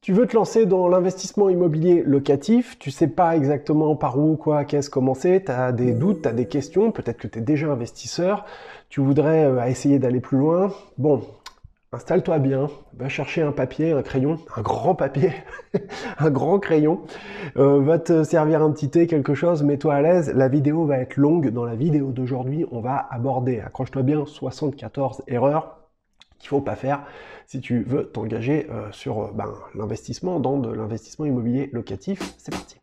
Tu veux te lancer dans l'investissement immobilier locatif, tu sais pas exactement par où, quoi, qu'est-ce, commencer, tu as des doutes, tu as des questions, peut-être que tu es déjà investisseur, tu voudrais essayer d'aller plus loin. Bon, installe-toi bien, va chercher un papier, un crayon, un grand papier, un grand crayon, va te servir un petit thé, quelque chose, mets-toi à l'aise. La vidéo va être longue. Dans la vidéo d'aujourd'hui, on va aborder, accroche-toi bien, 74 erreurs qu'il faut pas faire si tu veux t'engager sur l'investissement dans de l'investissement immobilier locatif. C'est parti.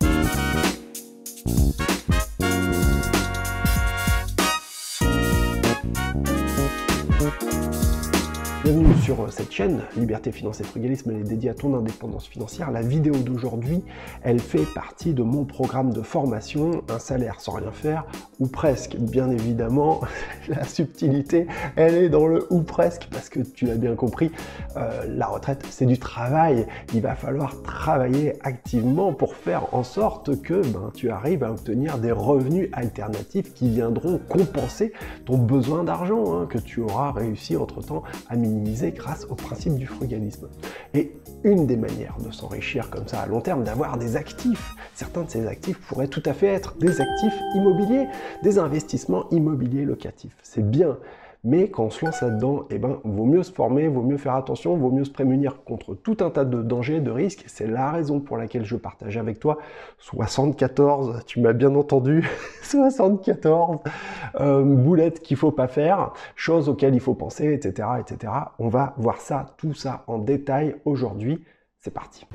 Bienvenue sur cette chaîne, Liberté, Finance et Frugalisme, elle est dédiée à ton indépendance financière. La vidéo d'aujourd'hui, elle fait partie de mon programme de formation, un salaire sans rien faire, ou presque. Bien évidemment, la subtilité, elle est dans le ou presque, parce que tu l'as bien compris, la retraite, c'est du travail. Il va falloir travailler activement pour faire en sorte que tu arrives à obtenir des revenus alternatifs qui viendront compenser ton besoin d'argent que tu auras réussi entre-temps à minimiser grâce au principe du frugalisme. Et une des manières de s'enrichir comme ça à long terme, d'avoir des actifs, certains de ces actifs pourraient tout à fait être des actifs immobiliers, des investissements immobiliers locatifs. C'est bien, mais quand on se lance là-dedans, vaut mieux se former, vaut mieux faire attention, vaut mieux se prémunir contre tout un tas de dangers, de risques. C'est la raison pour laquelle je partage avec toi 74, tu m'as bien entendu, 74 boulettes qu'il faut pas faire, choses auxquelles il faut penser, etc., etc. On va voir ça, tout ça en détail aujourd'hui. C'est parti.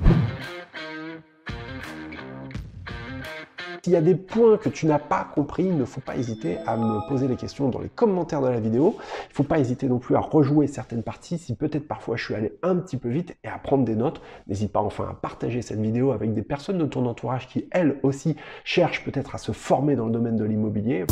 S'il y a des points que tu n'as pas compris, il ne faut pas hésiter à me poser les questions dans les commentaires de la vidéo. Il ne faut pas hésiter non plus à rejouer certaines parties si peut-être parfois je suis allé un petit peu vite et à prendre des notes. N'hésite pas enfin à partager cette vidéo avec des personnes de ton entourage qui elles aussi cherchent peut-être à se former dans le domaine de l'immobilier.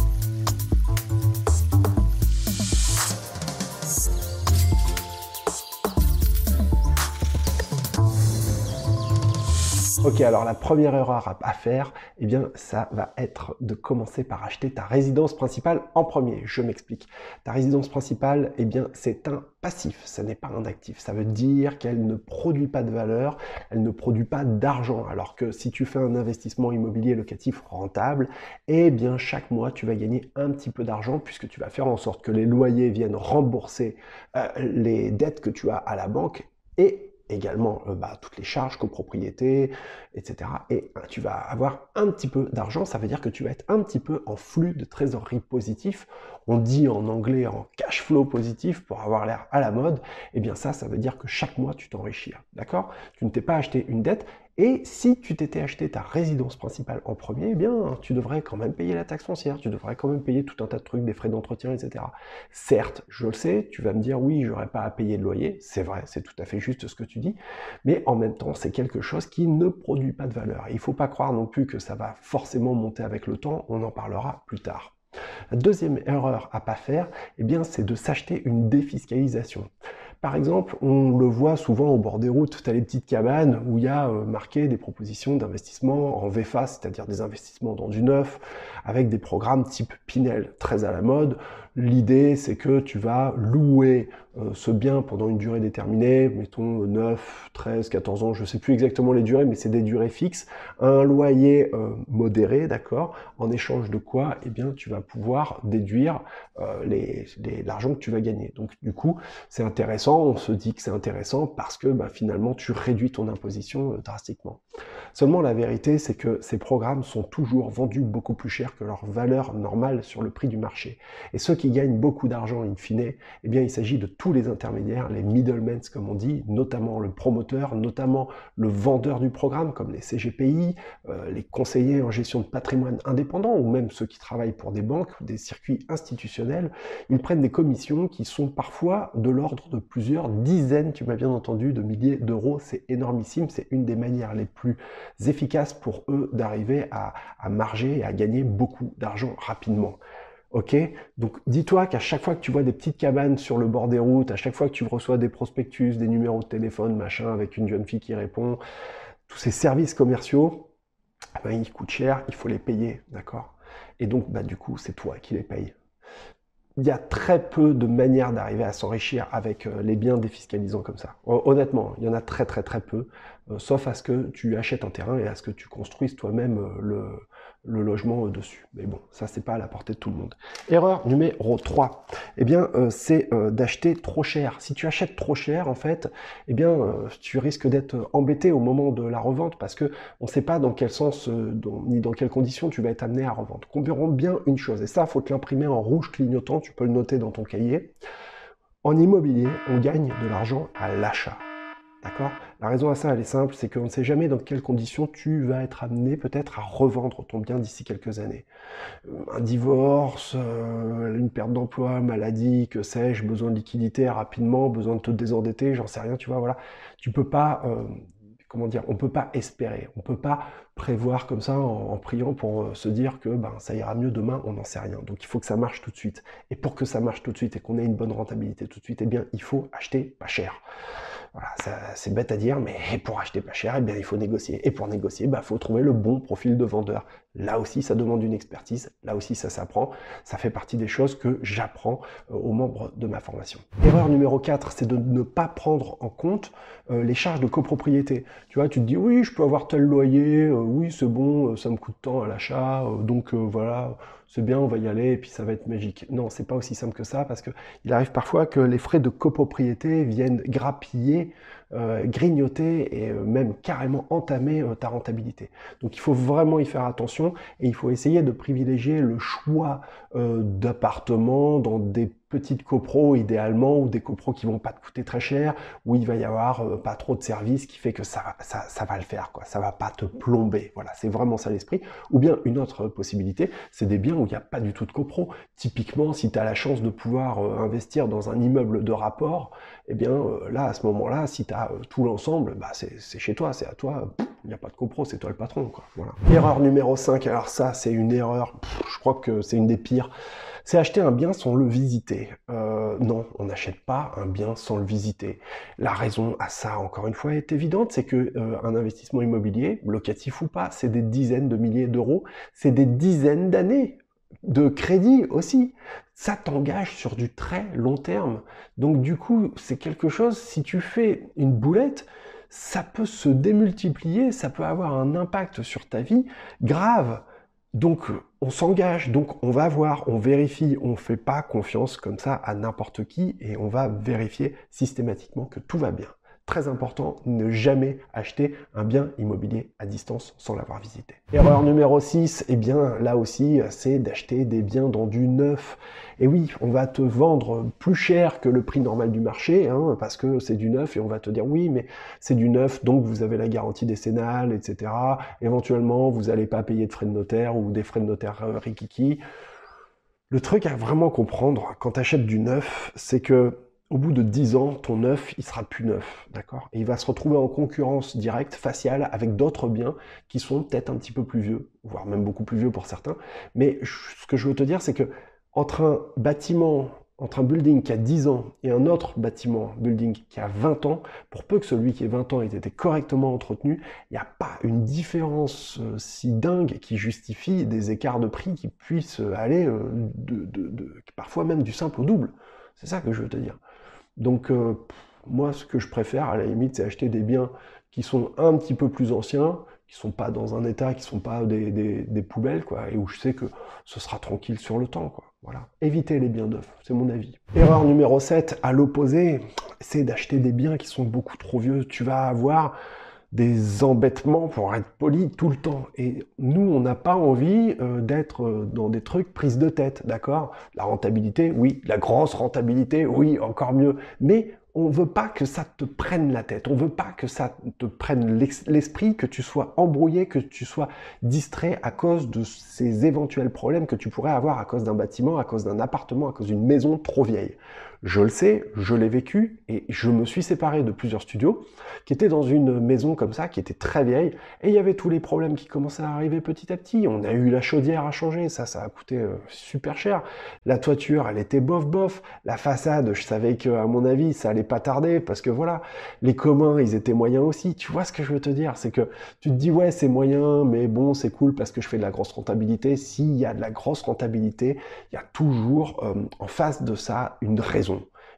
Ok, alors la première erreur à faire, ça va être de commencer par acheter ta résidence principale en premier. Je m'explique. Ta résidence principale, c'est un passif, ce n'est pas un actif. Ça veut dire qu'elle ne produit pas de valeur, elle ne produit pas d'argent. Alors que si tu fais un investissement immobilier locatif rentable, chaque mois, tu vas gagner un petit peu d'argent puisque tu vas faire en sorte que les loyers viennent rembourser les dettes que tu as à la banque et également toutes les charges, copropriété, etc. Et tu vas avoir un petit peu d'argent, ça veut dire que tu vas être un petit peu en flux de trésorerie positif. On dit en anglais en cash flow positif pour avoir l'air à la mode. Ça veut dire que chaque mois, tu t'enrichis. D'accord? Tu ne t'es pas acheté une dette. Et si tu t'étais acheté ta résidence principale en premier, tu devrais quand même payer la taxe foncière, tu devrais quand même payer tout un tas de trucs, des frais d'entretien, etc. Certes, je le sais, tu vas me dire oui, j'aurais pas à payer de loyer, c'est vrai, c'est tout à fait juste ce que tu dis, mais en même temps, c'est quelque chose qui ne produit pas de valeur. Il ne faut pas croire non plus que ça va forcément monter avec le temps, on en parlera plus tard. La deuxième erreur à pas faire, c'est de s'acheter une défiscalisation. Par exemple, on le voit souvent au bord des routes, tu as les petites cabanes où il y a marqué des propositions d'investissement en VFA, c'est-à-dire des investissements dans du neuf, avec des programmes type Pinel, très à la mode. L'idée, c'est que tu vas louer ce bien pendant une durée déterminée, mettons 9, 13, 14 ans, je ne sais plus exactement les durées, mais c'est des durées fixes, un loyer modéré, d'accord, en échange de quoi, tu vas pouvoir déduire l'argent que tu vas gagner. Donc du coup, c'est intéressant, on se dit que c'est intéressant parce que finalement, tu réduis ton imposition drastiquement. Seulement, la vérité, c'est que ces programmes sont toujours vendus beaucoup plus cher que leur valeur normale sur le prix du marché. Et ceux qui gagnent beaucoup d'argent in fine, il s'agit de tous les intermédiaires, les middlemen comme on dit, notamment le promoteur, notamment le vendeur du programme, comme les CGPI, les conseillers en gestion de patrimoine indépendants, ou même ceux qui travaillent pour des banques ou des circuits institutionnels. Ils prennent des commissions qui sont parfois de l'ordre de plusieurs dizaines, tu m'as bien entendu, de milliers d'euros. C'est énormissime, c'est une des manières les plus efficaces pour eux d'arriver à marger et à gagner beaucoup d'argent rapidement. Ok, donc dis-toi qu'à chaque fois que tu vois des petites cabanes sur le bord des routes, à chaque fois que tu reçois des prospectus, des numéros de téléphone, machin, avec une jeune fille qui répond, tous ces services commerciaux, ils coûtent cher, il faut les payer, d'accord? Et donc, du coup, c'est toi qui les payes. Il y a très peu de manières d'arriver à s'enrichir avec les biens défiscalisants comme ça. Honnêtement, il y en a très peu. sauf à ce que tu achètes un terrain et à ce que tu construises toi-même le logement dessus. Mais bon, ça, c'est pas à la portée de tout le monde. Erreur numéro 3, eh bien, c'est d'acheter trop cher. Si tu achètes trop cher, en fait, eh bien, tu risques d'être embêté au moment de la revente parce que on ne sait pas dans quel sens ni dans quelles conditions tu vas être amené à revendre. Comprends bien une chose, et ça, il faut te l'imprimer en rouge clignotant, tu peux le noter dans ton cahier. En immobilier, on gagne de l'argent à l'achat. D'accord? La raison à ça, elle est simple, c'est qu'on ne sait jamais dans quelles conditions tu vas être amené peut-être à revendre ton bien d'ici quelques années. Un divorce, une perte d'emploi, maladie, que sais-je, besoin de liquidité rapidement, besoin de te désendetter, j'en sais rien, tu vois, voilà. Tu peux pas, comment dire, on peut pas espérer, on peut pas prévoir comme ça en priant pour se dire que ben, ça ira mieux demain, on n'en sait rien. Donc il faut que ça marche tout de suite. Et pour que ça marche tout de suite et qu'on ait une bonne rentabilité tout de suite, eh bien il faut acheter pas cher. Voilà, c'est bête à dire, mais pour acheter pas cher, eh bien, il faut négocier. Et pour négocier, il faut trouver le bon profil de vendeur. Là aussi, ça demande une expertise. Là aussi, ça s'apprend. Ça fait partie des choses que j'apprends aux membres de ma formation. Erreur numéro 4, c'est de ne pas prendre en compte les charges de copropriété. Tu vois, tu te dis, oui, je peux avoir tel loyer, oui, c'est bon, ça me coûte tant à l'achat, donc voilà, c'est bien, on va y aller, et puis ça va être magique. Non, c'est pas aussi simple que ça, parce que il arrive parfois que les frais de copropriété viennent grappiller, grignoter et même carrément entamer ta rentabilité. Donc il faut vraiment y faire attention et il faut essayer de privilégier le choix d'appartements dans des petites copros idéalement, ou des copros qui vont pas te coûter très cher, où il va y avoir pas trop de services, qui fait que ça va le faire, quoi. Ça va pas te plomber. Voilà, c'est vraiment ça l'esprit. Ou bien une autre possibilité, c'est des biens où il n'y a pas du tout de copro. Typiquement, si tu as la chance de pouvoir investir dans un immeuble de rapport, eh bien là, à ce moment-là, si tu as tout l'ensemble, bah, c'est chez toi, c'est à toi, il n'y a pas de copro, c'est toi le patron, quoi. Voilà. Erreur numéro 5, alors ça, c'est une erreur, je crois que c'est une des pires. C'est acheter un bien sans le visiter. Non, on n'achète pas un bien sans le visiter. La raison à ça, encore une fois, est évidente, c'est que un investissement immobilier, locatif ou pas, c'est des dizaines de milliers d'euros, c'est des dizaines d'années de crédit aussi. Ça t'engage sur du très long terme. Donc du coup, c'est quelque chose, si tu fais une boulette, ça peut se démultiplier, ça peut avoir un impact sur ta vie grave. Donc on s'engage, donc on va voir, on vérifie, on ne fait pas confiance comme ça à n'importe qui et on va vérifier systématiquement que tout va bien. Très important, ne jamais acheter un bien immobilier à distance sans l'avoir visité. Erreur numéro 6, eh bien là aussi, c'est d'acheter des biens dans du neuf. Et oui, on va te vendre plus cher que le prix normal du marché, hein, parce que c'est du neuf, et on va te dire oui, mais c'est du neuf, donc vous avez la garantie décennale, etc. Éventuellement, vous n'allez pas payer de frais de notaire ou des frais de notaire rikiki. Le truc à vraiment comprendre quand tu achètes du neuf, c'est que au bout de 10 ans, ton neuf, il sera plus neuf, d'accord? Et il va se retrouver en concurrence directe, faciale, avec d'autres biens qui sont peut-être un petit peu plus vieux, voire même beaucoup plus vieux pour certains. Mais ce que je veux te dire, c'est que entre un bâtiment, entre un building qui a 10 ans et un autre bâtiment, building qui a 20 ans, pour peu que celui qui a 20 ans ait été correctement entretenu, il n'y a pas une différence si dingue qui justifie des écarts de prix qui puissent aller parfois même du simple au double. C'est ça que je veux te dire. Donc, moi, ce que je préfère, à la limite, c'est acheter des biens qui sont un petit peu plus anciens, qui sont pas dans un état, qui sont pas des poubelles, quoi, et où je sais que ce sera tranquille sur le temps, quoi. Voilà. Évitez les biens neufs, c'est mon avis. Erreur numéro 7, à l'opposé, c'est d'acheter des biens qui sont beaucoup trop vieux. Tu vas avoir des embêtements, pour être poli, tout le temps. Et nous, on n'a pas envie d'être dans des trucs prises de tête, d'accord? La rentabilité, oui. La grosse rentabilité, oui, encore mieux. Mais on veut pas que ça te prenne la tête. On veut pas que ça te prenne l'esprit, que tu sois embrouillé, que tu sois distrait à cause de ces éventuels problèmes que tu pourrais avoir à cause d'un bâtiment, à cause d'un appartement, à cause d'une maison trop vieille. Je le sais, je l'ai vécu et je me suis séparé de plusieurs studios qui étaient dans une maison comme ça, qui était très vieille, et il y avait tous les problèmes qui commençaient à arriver petit à petit. On a eu la chaudière à changer, ça a coûté super cher. La toiture, elle était bof. La façade, je savais que, à mon avis, ça allait pas tarder, parce que voilà, les communs, ils étaient moyens aussi. Tu vois ce que je veux te dire? C'est que tu te dis, ouais, c'est moyen, mais bon, c'est cool parce que je fais de la grosse rentabilité. S'il y a de la grosse rentabilité, il y a toujours en face de ça une raison. Il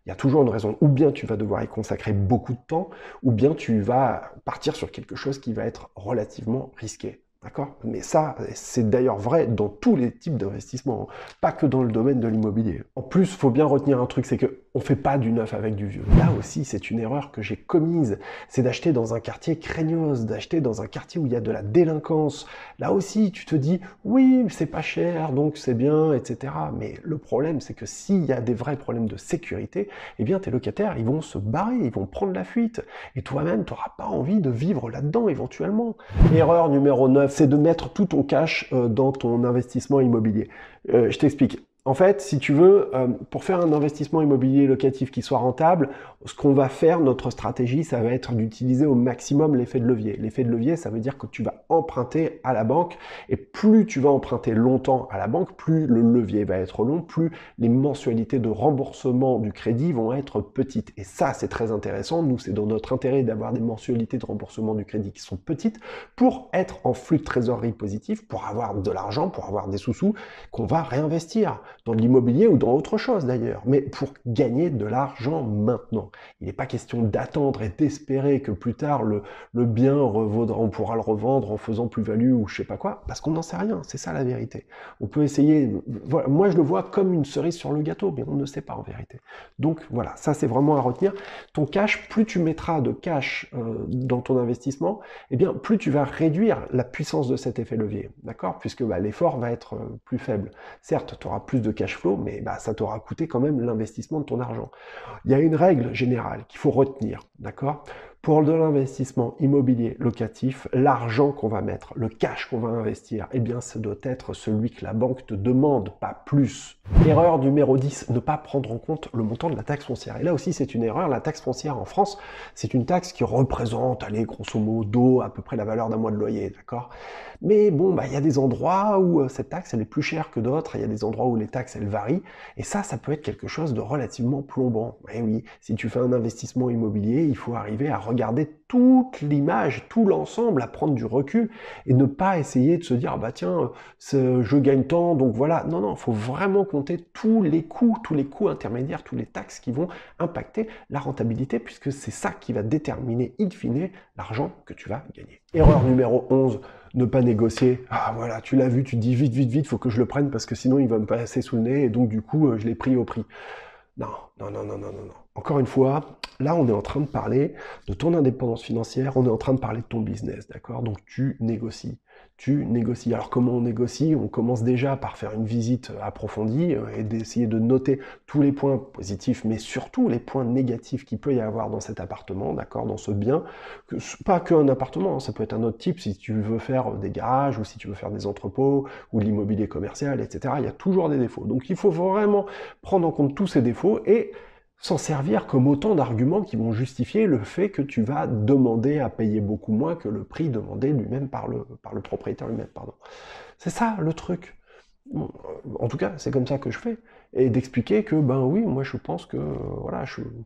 Il y a toujours une raison. Ou bien tu vas devoir y consacrer beaucoup de temps, ou bien tu vas partir sur quelque chose qui va être relativement risqué. D'accord? Mais ça, c'est d'ailleurs vrai dans tous les types d'investissements, hein, pas que dans le domaine de l'immobilier. En plus, il faut bien retenir un truc, c'est que on fait pas du neuf avec du vieux. Là aussi, c'est une erreur que j'ai commise. C'est d'acheter dans un quartier craignos, d'acheter dans un quartier où il y a de la délinquance. Là aussi, tu te dis, oui, c'est pas cher, donc c'est bien, etc. Mais le problème, c'est que s'il y a des vrais problèmes de sécurité, eh bien, tes locataires, ils vont se barrer, ils vont prendre la fuite. Et toi-même, tu n'auras pas envie de vivre là-dedans, éventuellement. Erreur numéro 9, c'est de mettre tout ton cash dans ton investissement immobilier. Je t'explique. En fait, si tu veux, pour faire un investissement immobilier locatif qui soit rentable, ce qu'on va faire, notre stratégie, ça va être d'utiliser au maximum l'effet de levier. L'effet de levier, ça veut dire que tu vas emprunter à la banque, et plus tu vas emprunter longtemps à la banque, plus le levier va être long, plus les mensualités de remboursement du crédit vont être petites. Et ça, c'est très intéressant. Nous, c'est dans notre intérêt d'avoir des mensualités de remboursement du crédit qui sont petites pour être en flux de trésorerie positif, pour avoir de l'argent, pour avoir des sous-sous qu'on va réinvestir dans de l'immobilier ou dans autre chose d'ailleurs, mais pour gagner de l'argent maintenant. Il n'est pas question d'attendre et d'espérer que plus tard le bien revaudra, on pourra le revendre en faisant plus-value ou je sais pas quoi, parce qu'on n'en sait rien, c'est ça la vérité. On peut essayer, voilà, moi je le vois comme une cerise sur le gâteau, mais on ne sait pas en vérité. Donc voilà, ça c'est vraiment à retenir. Ton cash, plus tu mettras de cash dans ton investissement, eh bien plus tu vas réduire la puissance de cet effet levier, d'accord? Puisque l'effort va être plus faible. Certes, tu auras plus de cash flow, mais ça t'aura coûté quand même l'investissement de ton argent. Il y a une règle générale qu'il faut retenir, d'accord? Pour de l'investissement immobilier locatif, l'argent qu'on va mettre, le cash qu'on va investir, eh bien, ça doit être celui que la banque te demande, pas plus. Erreur numéro 10, ne pas prendre en compte le montant de la taxe foncière. Et là aussi, c'est une erreur. La taxe foncière en France, c'est une taxe qui représente, allez, grosso modo, à peu près la valeur d'un mois de loyer, d'accord? Mais bon, il y a des endroits où cette taxe, elle est plus chère que d'autres. Il y a des endroits où les taxes, elles varient. Et ça peut être quelque chose de relativement plombant. Et oui, si tu fais un investissement immobilier, il faut arriver à regarder toute l'image, tout l'ensemble, à prendre du recul et ne pas essayer de se dire, ah bah tiens, je gagne tant, donc voilà. Non, non, il faut vraiment compter tous les coûts intermédiaires, tous les taxes qui vont impacter la rentabilité, puisque c'est ça qui va déterminer, in fine, l'argent que tu vas gagner. Erreur numéro 11, ne pas négocier. Ah voilà, tu l'as vu, tu te dis vite, vite, vite, faut que je le prenne parce que sinon il va me passer sous le nez et donc du coup, je l'ai pris au prix. Non, non, non, non, non, non, non. Encore une fois, là, on est en train de parler de ton indépendance financière, on est en train de parler de ton business, d'accord? Donc, tu négocies. Tu négocies. Alors, comment on négocie? On commence déjà par faire une visite approfondie et d'essayer de noter tous les points positifs, mais surtout les points négatifs qu'il peut y avoir dans cet appartement, d'accord? Dans ce bien. Pas qu'un appartement, hein, ça peut être un autre type si tu veux faire des garages ou si tu veux faire des entrepôts ou de l'immobilier commercial, etc. Il y a toujours des défauts. Donc, il faut vraiment prendre en compte tous ces défauts et s'en servir comme autant d'arguments qui vont justifier le fait que tu vas demander à payer beaucoup moins que le prix demandé lui-même par le propriétaire lui-même, pardon. C'est ça le truc. Bon, en tout cas, c'est comme ça que je fais. Et d'expliquer que, ben oui, moi je pense que, voilà,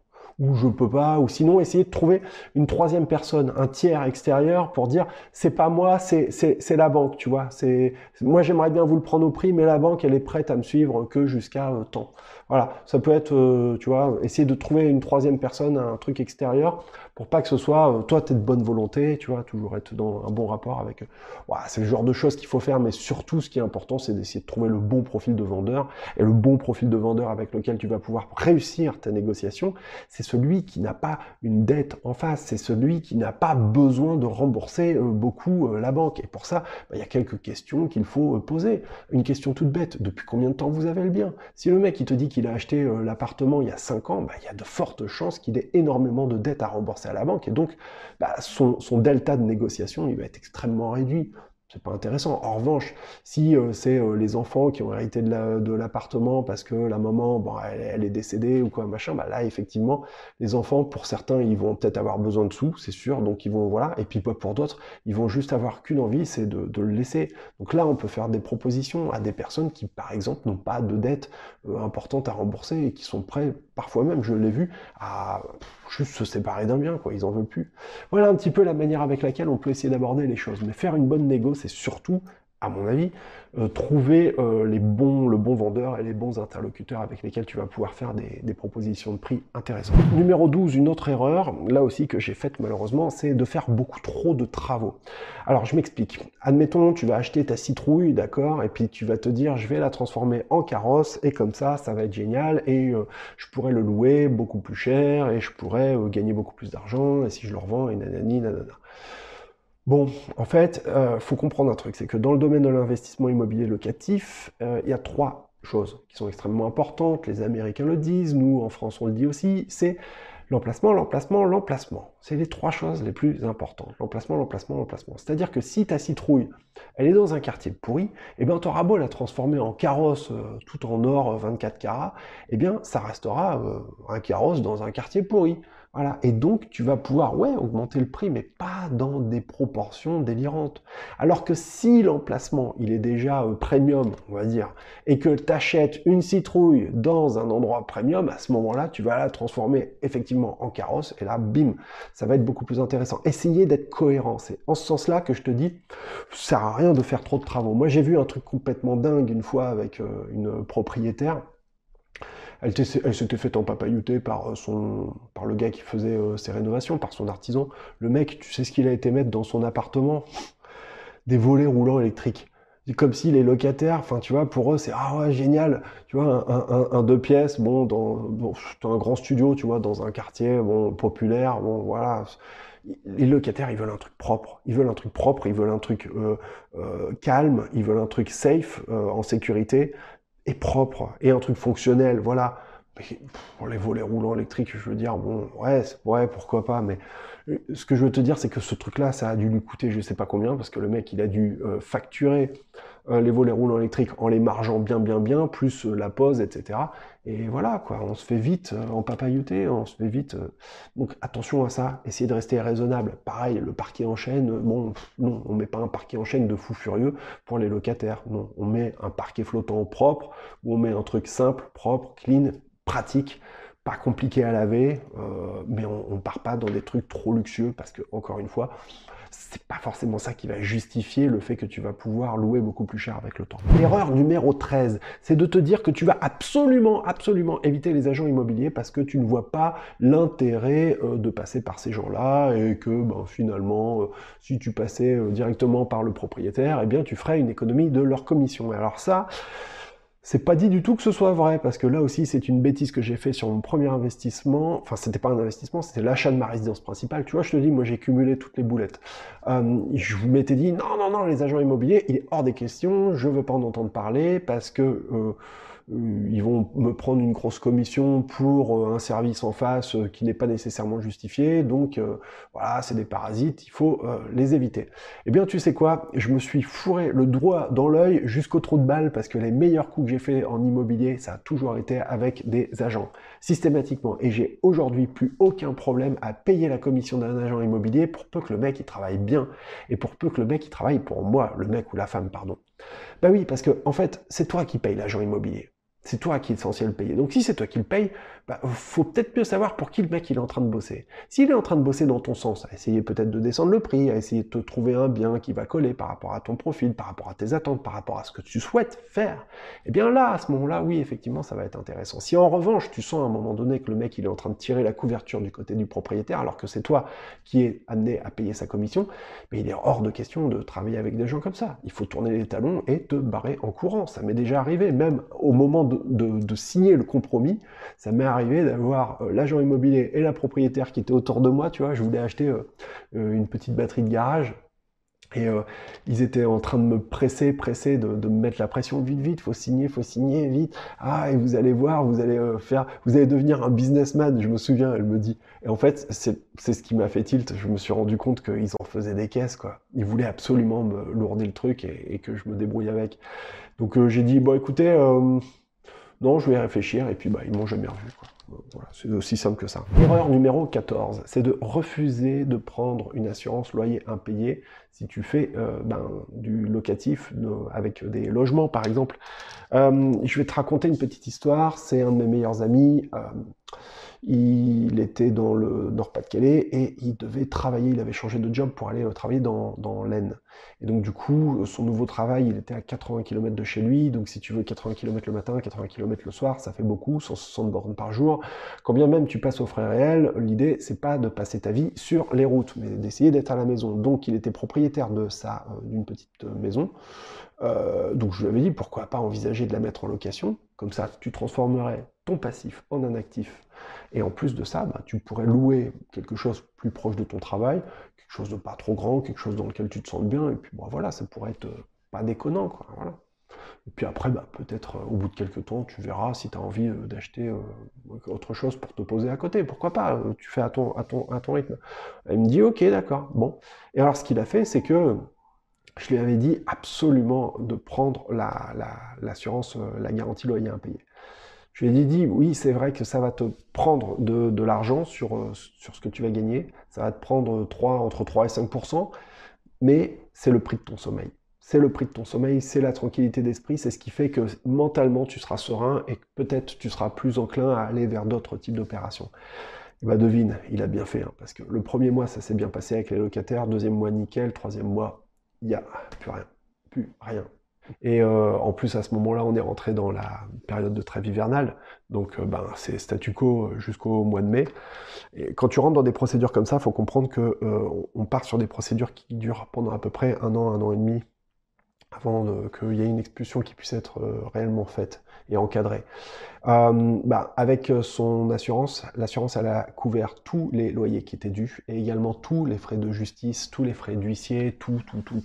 ou je peux pas, ou sinon essayer de trouver une troisième personne, un tiers extérieur pour dire, c'est pas moi, c'est la banque, tu vois. Moi j'aimerais bien vous le prendre au prix, mais la banque, elle est prête à me suivre que jusqu'à temps. Voilà, ça peut être, tu vois, essayer de trouver une troisième personne, un truc extérieur, pour pas que ce soit, toi, t'es de bonne volonté, tu vois, toujours être dans un bon rapport avec. Voilà, c'est le genre de choses qu'il faut faire, mais surtout, ce qui est important, c'est d'essayer de trouver le bon profil de vendeur. Et le bon profil de vendeur avec lequel tu vas pouvoir réussir ta négociation, c'est celui qui n'a pas une dette en face, c'est celui qui n'a pas besoin de rembourser beaucoup la banque. Et pour ça, il y a quelques questions qu'il faut poser. Une question toute bête, depuis combien de temps vous avez le bien? Si le mec, il te dit qu'il a acheté l'appartement il y a 5 ans, il y a de fortes chances qu'il ait énormément de dettes à rembourser à la banque, et donc son delta de négociation, il va être extrêmement réduit. C'est pas intéressant. En revanche, si c'est les enfants qui ont hérité de l'appartement parce que la maman, elle est décédée ou quoi, machin, là, effectivement, les enfants, pour certains, ils vont peut-être avoir besoin de sous, c'est sûr, donc ils vont, voilà, et puis pour d'autres, ils vont juste avoir qu'une envie, c'est de le laisser. Donc là, on peut faire des propositions à des personnes qui, par exemple, n'ont pas de dette importante à rembourser et qui sont prêts, parfois même, je l'ai vu, à juste se séparer d'un bien, quoi, ils en veulent plus. Voilà un petit peu la manière avec laquelle on peut essayer d'aborder les choses. Mais faire une bonne négo, c'est surtout à mon avis, trouver le bon vendeur et les bons interlocuteurs avec lesquels tu vas pouvoir faire des propositions de prix intéressantes. Numéro 12, une autre erreur, là aussi que j'ai faite malheureusement, c'est de faire beaucoup trop de travaux. Alors je m'explique. Admettons, tu vas acheter ta citrouille, d'accord, et puis tu vas te dire, je vais la transformer en carrosse, et comme ça va être génial, et je pourrais le louer beaucoup plus cher, et je pourrais gagner beaucoup plus d'argent, et si je le revends, et nanani, nanana. Bon, en fait, faut comprendre un truc, c'est que dans le domaine de l'investissement immobilier locatif, il y a trois choses qui sont extrêmement importantes. Les Américains le disent, nous en France on le dit aussi, c'est l'emplacement, l'emplacement, l'emplacement. C'est les trois choses les plus importantes. L'emplacement, l'emplacement, l'emplacement. C'est-à-dire que si ta citrouille, elle est dans un quartier pourri, eh bien, tu auras beau la transformer en carrosse tout en or 24 carats, eh bien, ça restera un carrosse dans un quartier pourri. Voilà. Et donc, tu vas pouvoir, ouais, augmenter le prix, mais pas dans des proportions délirantes. Alors que si l'emplacement, il est déjà premium, on va dire, et que tu achètes une citrouille dans un endroit premium, à ce moment-là, tu vas la transformer effectivement en carrosse, et là, bim, ça va être beaucoup plus intéressant. Essayez d'être cohérent. C'est en ce sens-là que je te dis, ça sert à rien de faire trop de travaux. Moi, j'ai vu un truc complètement dingue une fois avec une propriétaire. Elle s'était fait empapaillouter par le gars qui faisait ses rénovations, par son artisan. Le mec, tu sais ce qu'il a été mettre dans son appartement? Des volets roulants électriques. C'est comme si les locataires, enfin tu vois, pour eux c'est ah ouais génial, tu vois, un deux pièces, bon, dans un grand studio, tu vois, dans un quartier bon populaire, bon voilà. Les locataires ils veulent un truc propre, ils veulent un truc propre, ils veulent un truc calme, ils veulent un truc safe, en sécurité et propre et un truc fonctionnel, voilà. Mais, pour les volets roulants électriques, je veux dire, bon, ouais, pourquoi pas, mais ce que je veux te dire, c'est que ce truc-là, ça a dû lui coûter je sais pas combien, parce que le mec, il a dû facturer les volets roulants électriques en les margeant bien, plus la pose, etc. Et voilà, quoi, on se fait vite en papayouter, on se fait vite. Donc attention à ça, essayez de rester raisonnable. Pareil, le parquet en chaîne, bon, non, on met pas un parquet en chaîne de fou furieux pour les locataires. Non, on met un parquet flottant propre, ou on met un truc simple, propre, clean, pratique, pas compliqué à laver, mais on part pas dans des trucs trop luxueux parce que, encore une fois, c'est pas forcément ça qui va justifier le fait que tu vas pouvoir louer beaucoup plus cher avec le temps. L'erreur numéro 13, c'est de te dire que tu vas absolument éviter les agents immobiliers parce que tu ne vois pas l'intérêt de passer par ces gens-là et que ben, finalement, si tu passais directement par le propriétaire, eh bien tu ferais une économie de leur commission. Et alors ça, c'est pas dit du tout que ce soit vrai, parce que là aussi, c'est une bêtise que j'ai fait sur mon premier investissement. Enfin, c'était pas un investissement, c'était l'achat de ma résidence principale. Tu vois, je te dis, moi, j'ai cumulé toutes les boulettes. Je vous m'étais dit, non, les agents immobiliers, il est hors des questions, je veux pas en entendre parler, parce que ils vont me prendre une grosse commission pour un service en face qui n'est pas nécessairement justifié, donc voilà, c'est des parasites, il faut les éviter. Eh bien, tu sais quoi, je me suis fourré le doigt dans l'œil jusqu'au trou de balle, parce que les meilleurs coups que j'ai fait en immobilier, ça a toujours été avec des agents, systématiquement, et j'ai aujourd'hui plus aucun problème à payer la commission d'un agent immobilier pour peu que le mec il travaille bien, et pour peu que le mec il travaille pour moi, le mec ou la femme, pardon. Bah oui, parce que en fait, c'est toi qui payes l'agent immobilier. C'est toi qui es censé le payer. Donc si c'est toi qui le paye, bah, faut peut-être mieux savoir pour qui le mec il est en train de bosser. S'il est en train de bosser dans ton sens, à essayer peut-être de descendre le prix, à essayer de te trouver un bien qui va coller par rapport à ton profil, par rapport à tes attentes, par rapport à ce que tu souhaites faire, eh bien là, à ce moment-là, oui, effectivement, ça va être intéressant. Si en revanche, tu sens à un moment donné que le mec il est en train de tirer la couverture du côté du propriétaire, alors que c'est toi qui es amené à payer sa commission, mais il est hors de question de travailler avec des gens comme ça. Il faut tourner les talons et te barrer en courant. Ça m'est déjà arrivé, même au moment de signer le compromis, ça m'est arrivé d'avoir l'agent immobilier et la propriétaire qui étaient autour de moi, tu vois, je voulais acheter une petite batterie de garage, et ils étaient en train de me presser de me mettre la pression, vite, faut signer, vite. Ah, et vous allez voir, vous allez devenir un businessman, je me souviens, elle me dit. Et en fait, c'est ce qui m'a fait tilt, je me suis rendu compte qu'ils en faisaient des caisses, quoi. Ils voulaient absolument me lourder le truc et que je me débrouille avec. Donc j'ai dit, bon écoutez, non, je vais y réfléchir, et puis bah, ils m'ont jamais revu, quoi. Voilà, c'est aussi simple que ça. Erreur numéro 14, c'est de refuser de prendre une assurance loyer impayé si tu fais du locatif avec des logements, par exemple. Je vais te raconter une petite histoire. C'est un de mes meilleurs amis Il était dans le Nord-Pas-de-Calais et il devait travailler, il avait changé de job pour aller travailler dans l'Aisne. Et donc du coup, son nouveau travail, il était à 80 km de chez lui, donc si tu veux 80 km le matin, 80 km le soir, ça fait beaucoup, 160 bornes par jour. Quand bien même tu passes aux frais réels, l'idée c'est pas de passer ta vie sur les routes, mais d'essayer d'être à la maison. Donc il était propriétaire d'une petite maison. Donc je lui avais dit pourquoi pas envisager de la mettre en location, comme ça tu transformerais ton passif en un actif. Et en plus de ça, bah, tu pourrais louer quelque chose plus proche de ton travail, quelque chose de pas trop grand, quelque chose dans lequel tu te sens bien, et puis bon, voilà, ça pourrait être pas déconnant, quoi, voilà. Et puis après, bah, peut-être au bout de quelques temps, tu verras si tu as envie d'acheter autre chose pour te poser à côté. Pourquoi pas, tu fais à ton rythme. Elle me dit, ok, d'accord, bon. Et alors ce qu'il a fait, c'est que je lui avais dit absolument de prendre l'assurance, la garantie loyer impayé. Je lui ai dit, oui, c'est vrai que ça va te prendre de l'argent sur ce que tu vas gagner. Ça va te prendre entre 3 et 5%, mais c'est le prix de ton sommeil. C'est le prix de ton sommeil, c'est la tranquillité d'esprit, c'est ce qui fait que mentalement tu seras serein et que peut-être tu seras plus enclin à aller vers d'autres types d'opérations. Et bah devine, il a bien fait, hein, parce que le premier mois ça s'est bien passé avec les locataires, deuxième mois nickel, troisième mois, il n'y a plus rien. Plus rien. Et en plus, à ce moment-là, on est rentré dans la période de trêve hivernale, donc ben, c'est statu quo jusqu'au mois de mai. Et quand tu rentres dans des procédures comme ça, il faut comprendre que on part sur des procédures qui durent pendant à peu près un an et demi, avant qu'il y ait une expulsion qui puisse être réellement faite et encadrée. Bah, avec son assurance, l'assurance elle a couvert tous les loyers qui étaient dus et également tous les frais de justice, tous les frais d'huissier, tout.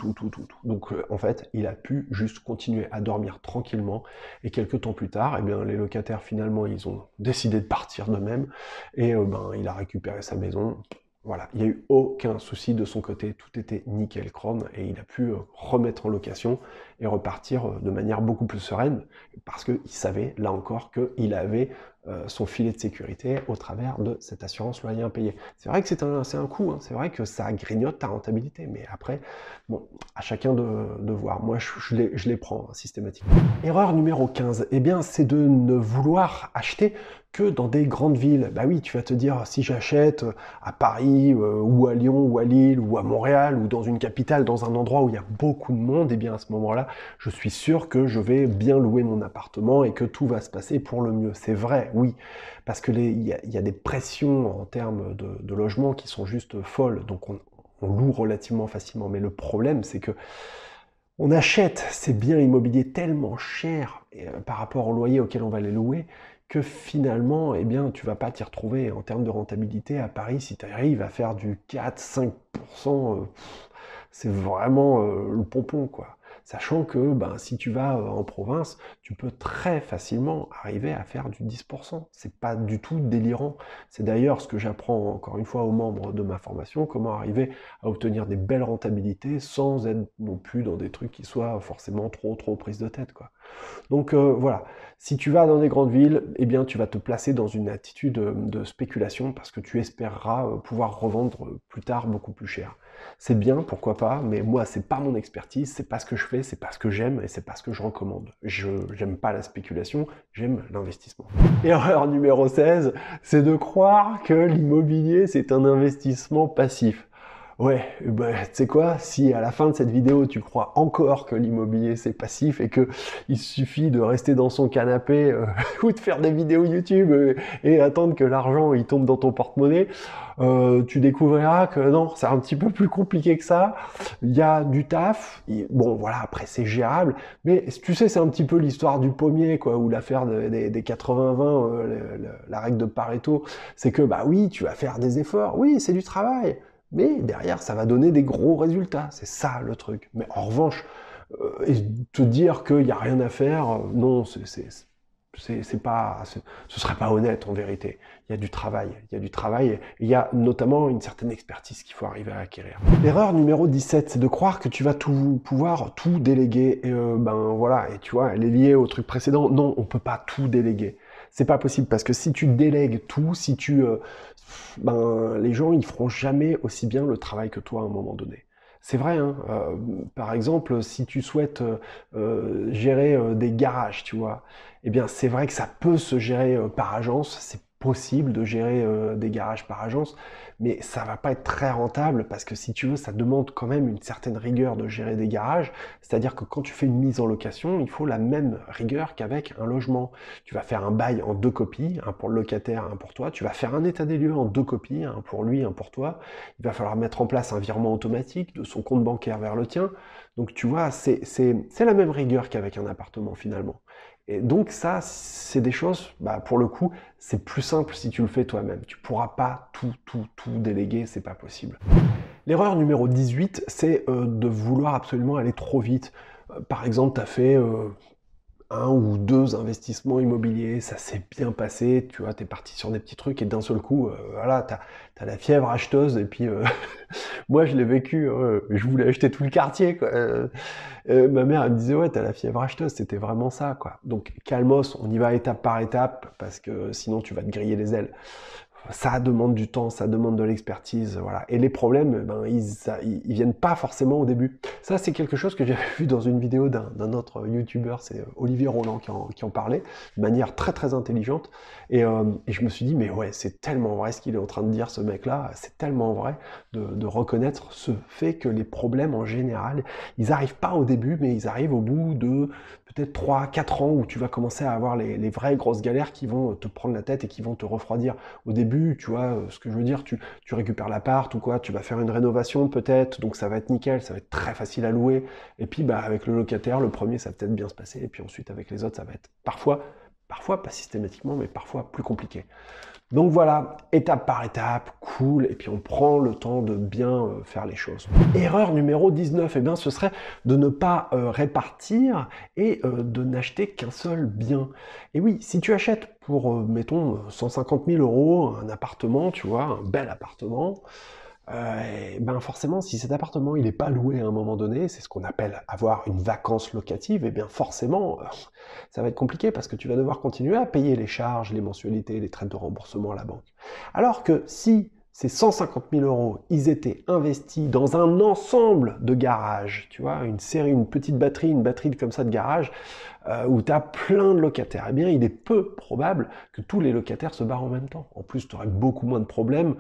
Donc en fait, il a pu juste continuer à dormir tranquillement et quelques temps plus tard, eh bien, les locataires finalement ils ont décidé de partir d'eux-mêmes et ben, il a récupéré sa maison. Voilà, il n'y a eu aucun souci de son côté, tout était nickel chrome et il a pu remettre en location et repartir de manière beaucoup plus sereine parce qu'il savait, là encore, qu'il avait son filet de sécurité au travers de cette assurance loyer impayé. C'est vrai que c'est un coût, hein, c'est vrai que ça grignote ta rentabilité, mais après, bon, à chacun de voir. Moi, je les prends hein, systématiquement. Erreur numéro 15, eh bien, c'est de ne vouloir acheter que dans des grandes villes. Bah oui, tu vas te dire, si j'achète à Paris, ou à Lyon, ou à Lille, ou à Montréal, ou dans une capitale, dans un endroit où il y a beaucoup de monde, et bien à ce moment-là, je suis sûr que je vais bien louer mon appartement et que tout va se passer pour le mieux. C'est vrai, oui, parce que il y a des pressions en termes de logement qui sont juste folles, donc on loue relativement facilement. Mais le problème, c'est que on achète ces biens immobiliers tellement chers par rapport au loyer auquel on va les louer que finalement, eh bien, tu vas pas t'y retrouver en termes de rentabilité à Paris. Si tu arrives à faire du 4-5%, c'est vraiment le pompon, quoi. Sachant que ben, si tu vas en province, tu peux très facilement arriver à faire du 10%. C'est pas du tout délirant. C'est d'ailleurs ce que j'apprends encore une fois aux membres de ma formation, comment arriver à obtenir des belles rentabilités sans être non plus dans des trucs qui soient forcément trop prise de tête, quoi. Donc voilà, si tu vas dans des grandes villes, eh bien tu vas te placer dans une attitude de spéculation parce que tu espéreras pouvoir revendre plus tard beaucoup plus cher. C'est bien, pourquoi pas, mais moi c'est pas mon expertise, c'est pas ce que je fais, c'est pas ce que j'aime et c'est pas ce que je recommande. J'aime pas la spéculation, j'aime l'investissement. Erreur numéro 16, c'est de croire que l'immobilier c'est un investissement passif. Ouais, bah, tu sais quoi, si à la fin de cette vidéo tu crois encore que l'immobilier c'est passif et que il suffit de rester dans son canapé ou de faire des vidéos YouTube et attendre que l'argent il tombe dans ton porte-monnaie, tu découvriras que non, c'est un petit peu plus compliqué que ça. Il y a du taf, bon voilà, après c'est gérable, mais tu sais c'est un petit peu l'histoire du pommier quoi, ou l'affaire des 80-20, la règle de Pareto, c'est que bah oui, tu vas faire des efforts, oui c'est du travail. Mais derrière, ça va donner des gros résultats. C'est ça le truc. Mais en revanche, te dire qu'il n'y a rien à faire, non, c'est pas, ce serait pas honnête en vérité. Il y a du travail, il y a du travail, et il y a notamment une certaine expertise qu'il faut arriver à acquérir. L'erreur numéro 17, c'est de croire que tu vas pouvoir tout déléguer. Et ben voilà, et tu vois, elle est liée au truc précédent. Non, on peut pas tout déléguer. C'est pas possible parce que si tu délègues tout, si tu ben, les gens ils feront jamais aussi bien le travail que toi à un moment donné. C'est vrai, hein, par exemple, si tu souhaites gérer des garages, tu vois, eh bien c'est vrai que ça peut se gérer par agence, c'est possible de gérer des garages par agence, mais ça va pas être très rentable parce que si tu veux, ça demande quand même une certaine rigueur de gérer des garages. C'est-à-dire que quand tu fais une mise en location, il faut la même rigueur qu'avec un logement. Tu vas faire un bail en 2 copies, un pour le locataire, un pour toi. Tu vas faire un état des lieux en 2 copies, un pour lui, un pour toi. Il va falloir mettre en place un virement automatique de son compte bancaire vers le tien. Donc tu vois, c'est la même rigueur qu'avec un appartement finalement. Et donc ça, c'est des choses, bah, pour le coup, c'est plus simple si tu le fais toi-même. Tu pourras pas tout déléguer, c'est pas possible. L'erreur numéro 18, c'est de vouloir absolument aller trop vite. Par exemple, tu as fait un ou deux investissements immobiliers, ça s'est bien passé, tu vois, tu es parti sur des petits trucs et d'un seul coup, voilà, tu as la fièvre acheteuse et puis moi je l'ai vécu, je voulais acheter tout le quartier, quoi. Ma mère elle me disait ouais, t'as la fièvre acheteuse, c'était vraiment ça, quoi. Donc calmos, on y va étape par étape parce que sinon tu vas te griller les ailes. Ça demande du temps, ça demande de l'expertise, voilà. Et les problèmes, ben, ils viennent pas forcément au début. Ça, c'est quelque chose que j'avais vu dans une vidéo d'un autre youtubeur, c'est Olivier Roland qui en parlait, de manière très très intelligente. Et je me suis dit, mais ouais, c'est tellement vrai ce qu'il est en train de dire, ce mec-là, c'est tellement vrai de reconnaître ce fait que les problèmes, en général, ils arrivent pas au début, mais ils arrivent au bout de peut-être 3-4 ans où tu vas commencer à avoir les vraies grosses galères qui vont te prendre la tête et qui vont te refroidir. Au début, tu vois, ce que je veux dire, tu récupères l'appart ou quoi, tu vas faire une rénovation peut-être, donc ça va être nickel, ça va être très facile à louer. Et puis, bah, avec le locataire, le premier, ça va peut-être bien se passer. Et puis ensuite, avec les autres, ça va être parfois pas systématiquement, mais parfois plus compliqué. Donc voilà, étape par étape, cool, et puis on prend le temps de bien faire les choses. Erreur numéro 19, eh bien, ce serait de ne pas répartir et de n'acheter qu'un seul bien. Et oui, si tu achètes pour, mettons, 150 000 euros un appartement, tu vois, un bel appartement, et ben forcément, si cet appartement il n'est pas loué à un moment donné, c'est ce qu'on appelle avoir une vacance locative, et bien forcément, ça va être compliqué parce que tu vas devoir continuer à payer les charges, les mensualités, les traites de remboursement à la banque. Alors que si ces 150 000 euros, ils étaient investis dans un ensemble de garages, tu vois, une série, une petite batterie, une batterie comme ça de garage, où tu as plein de locataires, eh bien, il est peu probable que tous les locataires se barrent en même temps. En plus, tu aurais beaucoup moins de problèmes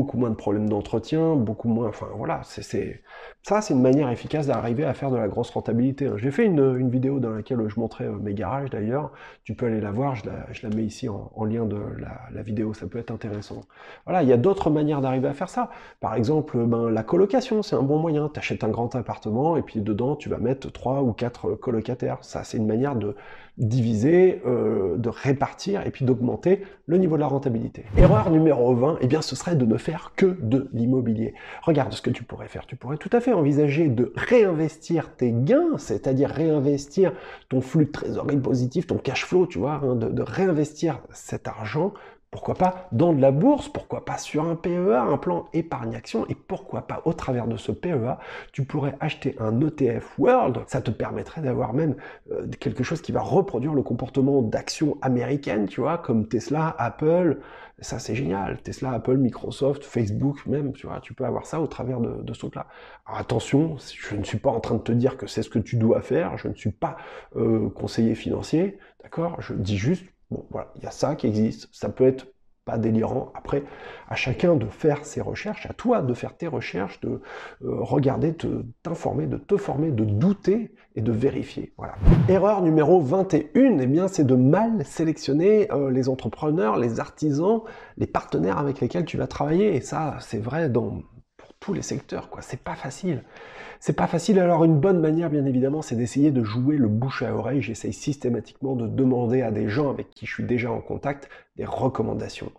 d'entretien, beaucoup moins, enfin voilà, ça c'est une manière efficace d'arriver à faire de la grosse rentabilité, hein. J'ai fait une vidéo dans laquelle je montrais mes garages d'ailleurs, tu peux aller la voir, je la mets ici en lien de la vidéo, ça peut être intéressant. Voilà, il y a d'autres manières d'arriver à faire ça. Par exemple, ben, la colocation, c'est un bon moyen. Tu achètes un grand appartement et puis dedans, tu vas mettre 3 ou 4 colocataires. Ça, c'est une manière de diviser, de répartir et puis d'augmenter le niveau de la rentabilité. Erreur numéro 20, eh bien, ce serait de ne faire que de l'immobilier. Regarde ce que tu pourrais faire. Tu pourrais tout à fait envisager de réinvestir tes gains, c'est-à-dire réinvestir ton flux de trésorerie positif, ton cash flow, tu vois, hein, de réinvestir cet argent. Pourquoi pas dans de la bourse, pourquoi pas sur un PEA, un plan épargne-action, et pourquoi pas au travers de ce PEA, tu pourrais acheter un ETF World, ça te permettrait d'avoir même quelque chose qui va reproduire le comportement d'actions américaines, tu vois, comme Tesla, Apple, ça c'est génial, Tesla, Apple, Microsoft, Facebook même, tu vois, tu peux avoir ça au travers de ce truc-là. Alors attention, je ne suis pas en train de te dire que c'est ce que tu dois faire, je ne suis pas conseiller financier, d'accord, je dis juste, bon, voilà, il y a ça qui existe, ça peut être pas délirant. Après, à chacun de faire ses recherches, à toi de faire tes recherches, de regarder, t'informer, de te former, de douter et de vérifier. Voilà. Erreur numéro 21, eh bien, c'est de mal sélectionner les entrepreneurs, les artisans, les partenaires avec lesquels tu vas travailler. Et ça, c'est vrai pour tous les secteurs, quoi. C'est pas facile. C'est pas facile, alors une bonne manière, bien évidemment, c'est d'essayer de jouer le bouche à oreille. J'essaye systématiquement de demander à des gens avec qui je suis déjà en contact des recommandations.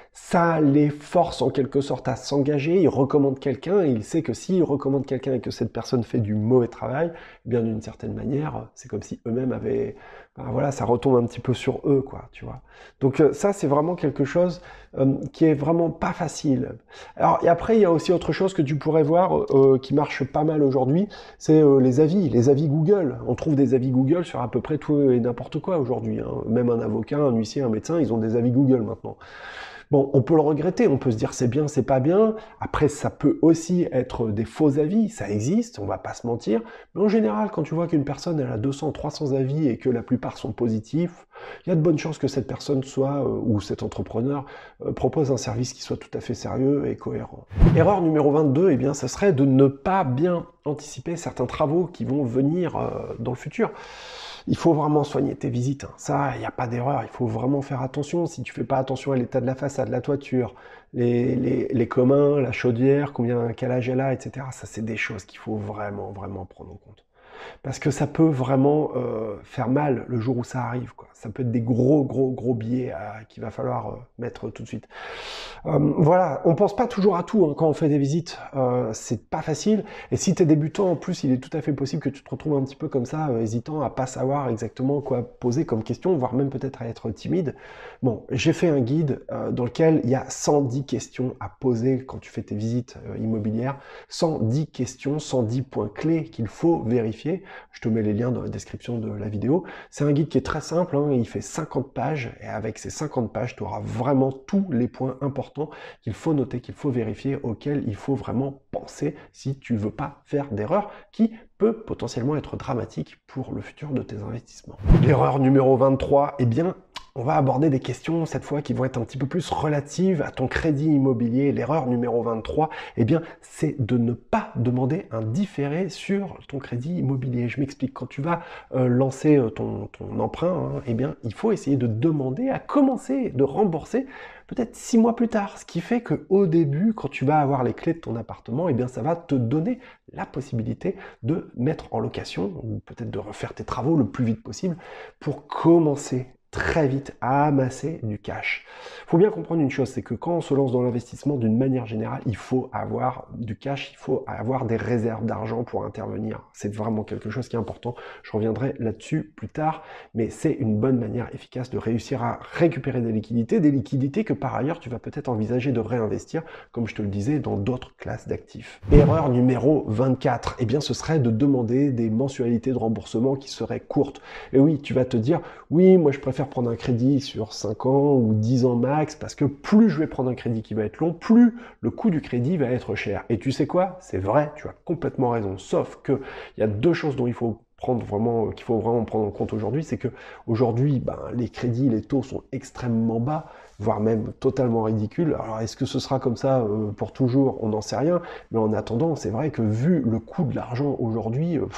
Ça les force en quelque sorte à s'engager, ils recommandent quelqu'un, et il sait que s'ils recommandent quelqu'un et que cette personne fait du mauvais travail, eh bien d'une certaine manière, c'est comme si eux-mêmes avaient... Ben voilà, ça retombe un petit peu sur eux, quoi, tu vois. Donc ça, c'est vraiment quelque chose qui est vraiment pas facile. Alors, et après, il y a aussi autre chose que tu pourrais voir qui marche pas mal aujourd'hui, c'est les avis Google. On trouve des avis Google sur à peu près tout et n'importe quoi aujourd'hui, hein. Même un avocat, un huissier, un médecin, ils ont des avis Google maintenant. Bon, on peut le regretter, on peut se dire c'est bien, c'est pas bien. Après, ça peut aussi être des faux avis, ça existe, on va pas se mentir. Mais en général, quand tu vois qu'une personne elle a 200, 300 avis et que la plupart sont positifs, il y a de bonnes chances que cette personne soit, ou cet entrepreneur, propose un service qui soit tout à fait sérieux et cohérent. Erreur numéro 22, eh bien, ça serait de ne pas bien anticiper certains travaux qui vont venir dans le futur. Il faut vraiment soigner tes visites. Hein. Ça, il n'y a pas d'erreur. Il faut vraiment faire attention. Si tu fais pas attention à l'état de la façade, la toiture, les communs, la chaudière, quel âge elle a, etc. Ça, c'est des choses qu'il faut vraiment, vraiment prendre en compte. Parce que ça peut vraiment faire mal le jour où ça arrive, quoi. Ça peut être des gros billets qu'il va falloir mettre tout de suite. Voilà, on pense pas toujours à tout hein, quand on fait des visites. C'est pas facile. Et si tu es débutant, en plus, il est tout à fait possible que tu te retrouves un petit peu comme ça, hésitant à pas savoir exactement quoi poser comme question, voire même peut-être à être timide. Bon, j'ai fait un guide dans lequel il y a 110 questions à poser quand tu fais tes visites immobilières. 110 questions, 110 points clés qu'il faut vérifier. Je te mets les liens dans la description de la vidéo. C'est un guide qui est très simple, hein, il fait 50 pages, et avec ces 50 pages, tu auras vraiment tous les points importants qu'il faut noter, qu'il faut vérifier, auxquels il faut vraiment penser si tu veux pas faire d'erreur qui peut potentiellement être dramatique pour le futur de tes investissements. L'erreur numéro 23, eh bien, on va aborder des questions, cette fois, qui vont être un petit peu plus relatives à ton crédit immobilier. L'erreur numéro 23, eh bien, c'est de ne pas demander un différé sur ton crédit immobilier. Je m'explique. Quand tu vas lancer ton emprunt, hein, eh bien, il faut essayer de demander à commencer de rembourser peut-être 6 mois plus tard. Ce qui fait qu'au début, quand tu vas avoir les clés de ton appartement, eh bien, ça va te donner la possibilité de mettre en location ou peut-être de refaire tes travaux le plus vite possible pour commencer très vite à amasser du cash. Il faut bien comprendre une chose, c'est que quand on se lance dans l'investissement, d'une manière générale, il faut avoir du cash, il faut avoir des réserves d'argent pour intervenir. C'est vraiment quelque chose qui est important. Je reviendrai là-dessus plus tard, mais c'est une bonne manière efficace de réussir à récupérer des liquidités que par ailleurs tu vas peut-être envisager de réinvestir, comme je te le disais, dans d'autres classes d'actifs. Erreur numéro 24, eh bien ce serait de demander des mensualités de remboursement qui seraient courtes. Et oui, tu vas te dire, oui, moi je préfère prendre un crédit sur 5 ans ou 10 ans max, parce que plus je vais prendre un crédit qui va être long, plus le coût du crédit va être cher. Et tu sais quoi? C'est vrai, tu as complètement raison. Sauf que il y a deux choses dont il faut qu'il faut vraiment prendre en compte aujourd'hui, c'est que aujourd'hui, les crédits, les taux sont extrêmement bas, voire même totalement ridicules. Alors est-ce que ce sera comme ça pour toujours? On n'en sait rien, mais en attendant, c'est vrai que vu le coût de l'argent aujourd'hui, il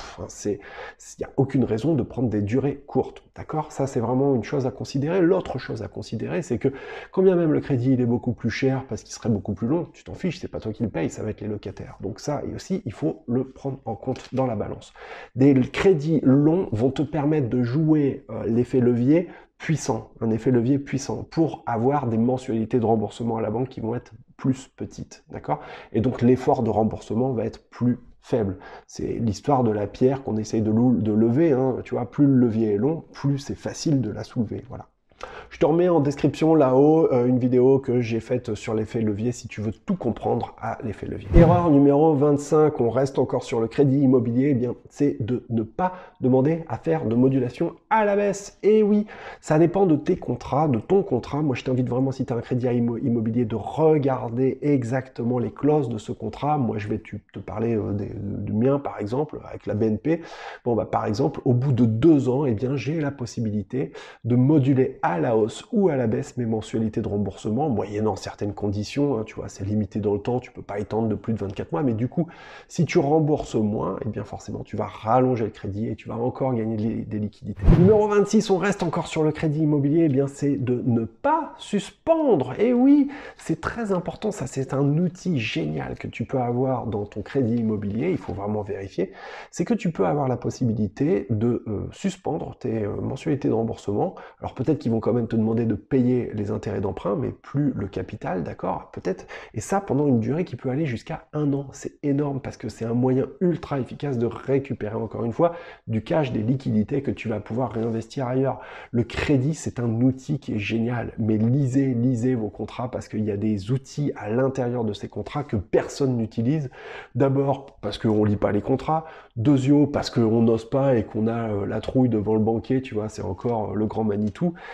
n'y a aucune raison de prendre des durées courtes, d'accord? Ça, c'est vraiment une chose à considérer. L'autre chose à considérer, c'est que quand bien même le crédit il est beaucoup plus cher parce qu'il serait beaucoup plus long, tu t'en fiches, c'est pas toi qui le payes, ça va être les locataires. Donc ça, et aussi, il faut le prendre en compte dans la balance. Des crédits longs vont te permettre de jouer l'effet levier puissant, un effet levier puissant, pour avoir des mensualités de remboursement à la banque qui vont être plus petites, d'accord? Et donc l'effort de remboursement va être plus faible. C'est l'histoire de la pierre qu'on essaye de lever, hein, tu vois, plus le levier est long, plus c'est facile de la soulever, voilà. Je te remets en description là-haut une vidéo que j'ai faite sur l'effet levier si tu veux tout comprendre à l'effet levier. Erreur numéro 25, on reste encore sur le crédit immobilier, eh bien c'est de ne pas demander à faire de modulation à la baisse. Et oui, ça dépend de tes contrats, de ton contrat. Moi je t'invite vraiment, si tu as un crédit immobilier, de regarder exactement les clauses de ce contrat. Moi je vais te parler du mien par exemple, avec la BNP. Bon par exemple, au bout de 2 ans, eh bien j'ai la possibilité de moduler à la hausse ou à la baisse mes mensualités de remboursement, moyennant certaines conditions, hein, tu vois, c'est limité dans le temps, tu peux pas étendre de plus de 24 mois, mais du coup, si tu rembourses moins, eh bien forcément, tu vas rallonger le crédit et tu vas encore gagner des liquidités. Numéro 26, on reste encore sur le crédit immobilier, eh bien c'est de ne pas suspendre. Et oui, c'est très important, ça c'est un outil génial que tu peux avoir dans ton crédit immobilier, il faut vraiment vérifier, c'est que tu peux avoir la possibilité de suspendre tes mensualités de remboursement. Alors peut-être qu'ils vont quand même te demander de payer les intérêts d'emprunt, mais plus le capital, d'accord, peut-être. Et ça, pendant une durée qui peut aller jusqu'à 1 an. C'est énorme parce que c'est un moyen ultra efficace de récupérer, encore une fois, du cash, des liquidités que tu vas pouvoir réinvestir ailleurs. Le crédit, c'est un outil qui est génial, mais lisez vos contrats parce qu'il y a des outils à l'intérieur de ces contrats que personne n'utilise. D'abord, parce qu'on lit pas les contrats. Deuxièmement, parce qu'on n'ose pas et qu'on a la trouille devant le banquier, tu vois, c'est encore le grand Manitou.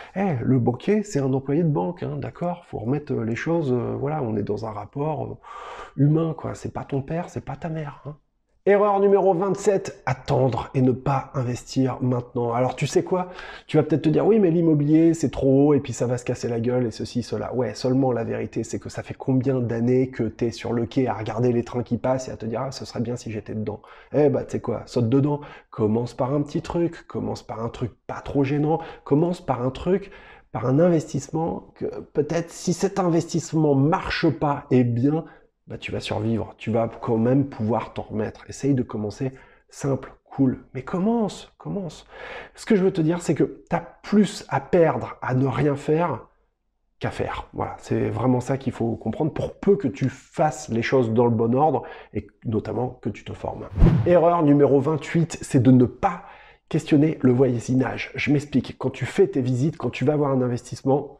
le banquier, c'est un employé de banque, hein, d'accord? Faut remettre les choses, voilà, on est dans un rapport humain, quoi. C'est pas ton père, c'est pas ta mère, hein. Erreur numéro 27, attendre et ne pas investir maintenant. Alors tu sais quoi? Tu vas peut-être te dire, oui, mais l'immobilier, c'est trop haut et puis ça va se casser la gueule et ceci, cela. Ouais, seulement la vérité, c'est que ça fait combien d'années que t'es sur le quai à regarder les trains qui passent et à te dire, ah, ce serait bien si j'étais dedans. Eh bah, tu sais quoi? Saute dedans. Commence par un petit truc, commence par un truc pas trop gênant, commence par un truc, par un investissement que peut-être si cet investissement marche pas, eh bien, bah, tu vas survivre, tu vas quand même pouvoir t'en remettre. Essaye de commencer simple, cool, mais commence. Ce que je veux te dire, c'est que tu as plus à perdre à ne rien faire qu'à faire. Voilà, c'est vraiment ça qu'il faut comprendre pour peu que tu fasses les choses dans le bon ordre et notamment que tu te formes. Erreur numéro 28, c'est de ne pas questionner le voisinage. Je m'explique, quand tu fais tes visites, quand tu vas avoir un investissement,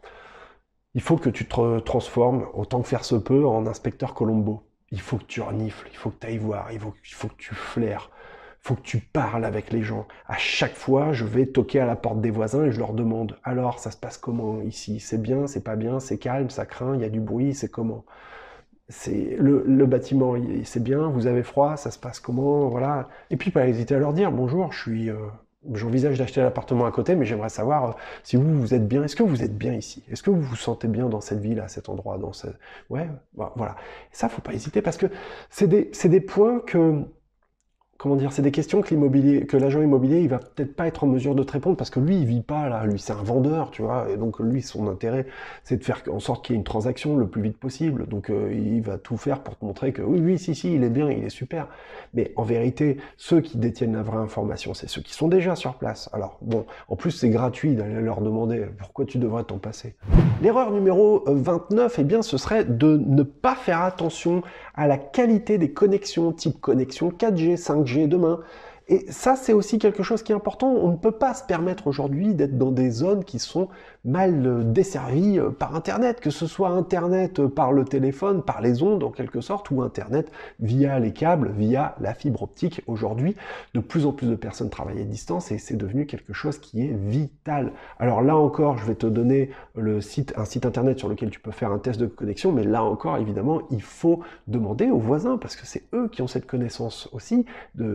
il faut que tu te transformes, autant que faire se peut, en inspecteur Colombo. Il faut que tu renifles, il faut que tu ailles voir, il faut que tu flaires, il faut que tu parles avec les gens. À chaque fois, je vais toquer à la porte des voisins et je leur demande, alors, ça se passe comment ici? C'est bien, c'est pas bien, c'est calme, ça craint, il y a du bruit, c'est comment? C'est le bâtiment, c'est bien, vous avez froid, ça se passe comment? Voilà. Et puis, pas hésiter à leur dire, bonjour, j'envisage d'acheter l'appartement à côté, mais j'aimerais savoir si vous êtes bien. Est-ce que vous êtes bien ici? Est-ce que vous vous sentez bien dans cette ville, à cet endroit, Ouais, bah, voilà. Et ça, faut pas hésiter parce que c'est des points que, comment dire, c'est des questions que l'agent immobilier, il va peut-être pas être en mesure de te répondre parce que lui, il vit pas là. Lui, c'est un vendeur, tu vois. Et donc, lui, son intérêt, c'est de faire en sorte qu'il y ait une transaction le plus vite possible. Donc, il va tout faire pour te montrer que oui, si, il est bien, il est super. Mais en vérité, ceux qui détiennent la vraie information, c'est ceux qui sont déjà sur place. Alors, bon, en plus, c'est gratuit d'aller leur demander pourquoi tu devrais t'en passer. L'erreur numéro 29, eh bien, ce serait de ne pas faire attention à la qualité des connexions, type connexion 4G, 5G demain. Et ça, c'est aussi quelque chose qui est important. On ne peut pas se permettre aujourd'hui d'être dans des zones qui sont mal desservies par Internet, que ce soit Internet par le téléphone, par les ondes en quelque sorte, ou Internet via les câbles, via la fibre optique. Aujourd'hui, de plus en plus de personnes travaillent à distance et c'est devenu quelque chose qui est vital. Alors là encore, je vais te donner un site Internet sur lequel tu peux faire un test de connexion, mais là encore, évidemment, il faut demander aux voisins parce que c'est eux qui ont cette connaissance aussi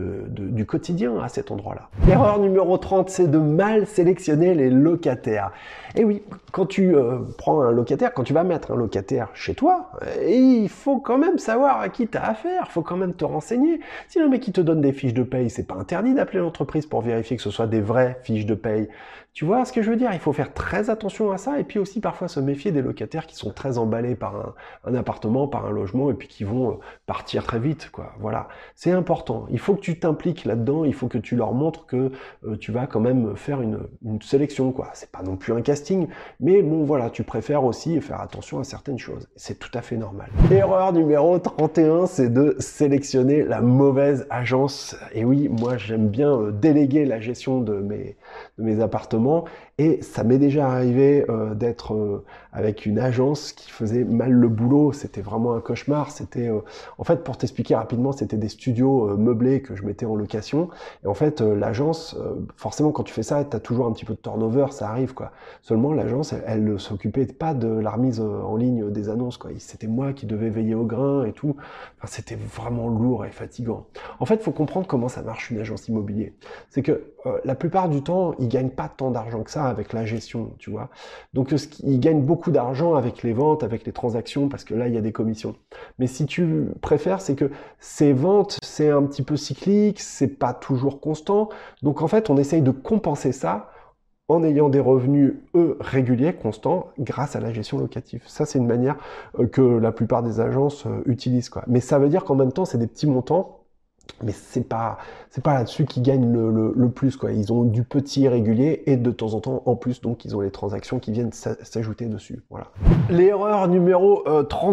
du quotidien à cet endroit-là. L'erreur numéro 30, c'est de mal sélectionner les locataires. Et oui, quand tu prends un locataire, quand tu vas mettre un locataire chez toi, il faut quand même savoir à qui tu as affaire, il faut quand même te renseigner. Si le mec qui te donne des fiches de paye, c'est pas interdit d'appeler l'entreprise pour vérifier que ce soit des vraies fiches de paye. Tu vois ce que je veux dire? Il faut faire très attention à ça et puis aussi parfois se méfier des locataires qui sont très emballés par un appartement, par un logement et puis qui vont partir très vite, quoi. Voilà, c'est important. Il faut que tu t'impliques là-dedans, il faut que tu leur montres que tu vas quand même faire une sélection, quoi. C'est pas non plus un casting, mais bon, voilà, tu préfères aussi faire attention à certaines choses. C'est tout à fait normal. Erreur numéro 31, c'est de sélectionner la mauvaise agence. Et oui, moi, j'aime bien déléguer la gestion de mes appartements et ça m'est déjà arrivé d'être avec une agence qui faisait mal le boulot. C'était vraiment un cauchemar. C'était en fait, pour t'expliquer rapidement, c'était des studios meublés que je mettais en location. Et en fait, l'agence, forcément, quand tu fais ça, tu as toujours un petit peu de turnover, ça arrive, quoi. Seulement, l'agence, elle ne s'occupait pas de la remise en ligne des annonces, quoi. C'était moi qui devais veiller au grain et tout. Enfin, c'était vraiment lourd et fatigant. En fait, il faut comprendre comment ça marche une agence immobilière. C'est que la plupart du temps, ils gagnent pas tant d'argent que ça avec la gestion, tu vois. Donc, ils gagnent beaucoup d'argent avec les ventes, avec les transactions, parce que là, il y a des commissions. Mais si tu préfères, c'est que ces ventes, c'est un petit peu cyclique, c'est pas toujours constant. Donc, en fait, on essaye de compenser ça en ayant des revenus, eux, réguliers, constants, grâce à la gestion locative. Ça, c'est une manière que la plupart des agences utilisent, quoi. Mais ça veut dire qu'en même temps, c'est des petits montants, mais c'est pas là-dessus qu'ils gagnent le plus, quoi. Ils ont du petit régulier et de temps en temps, en plus, donc, ils ont les transactions qui viennent s'ajouter dessus. Voilà. L'erreur numéro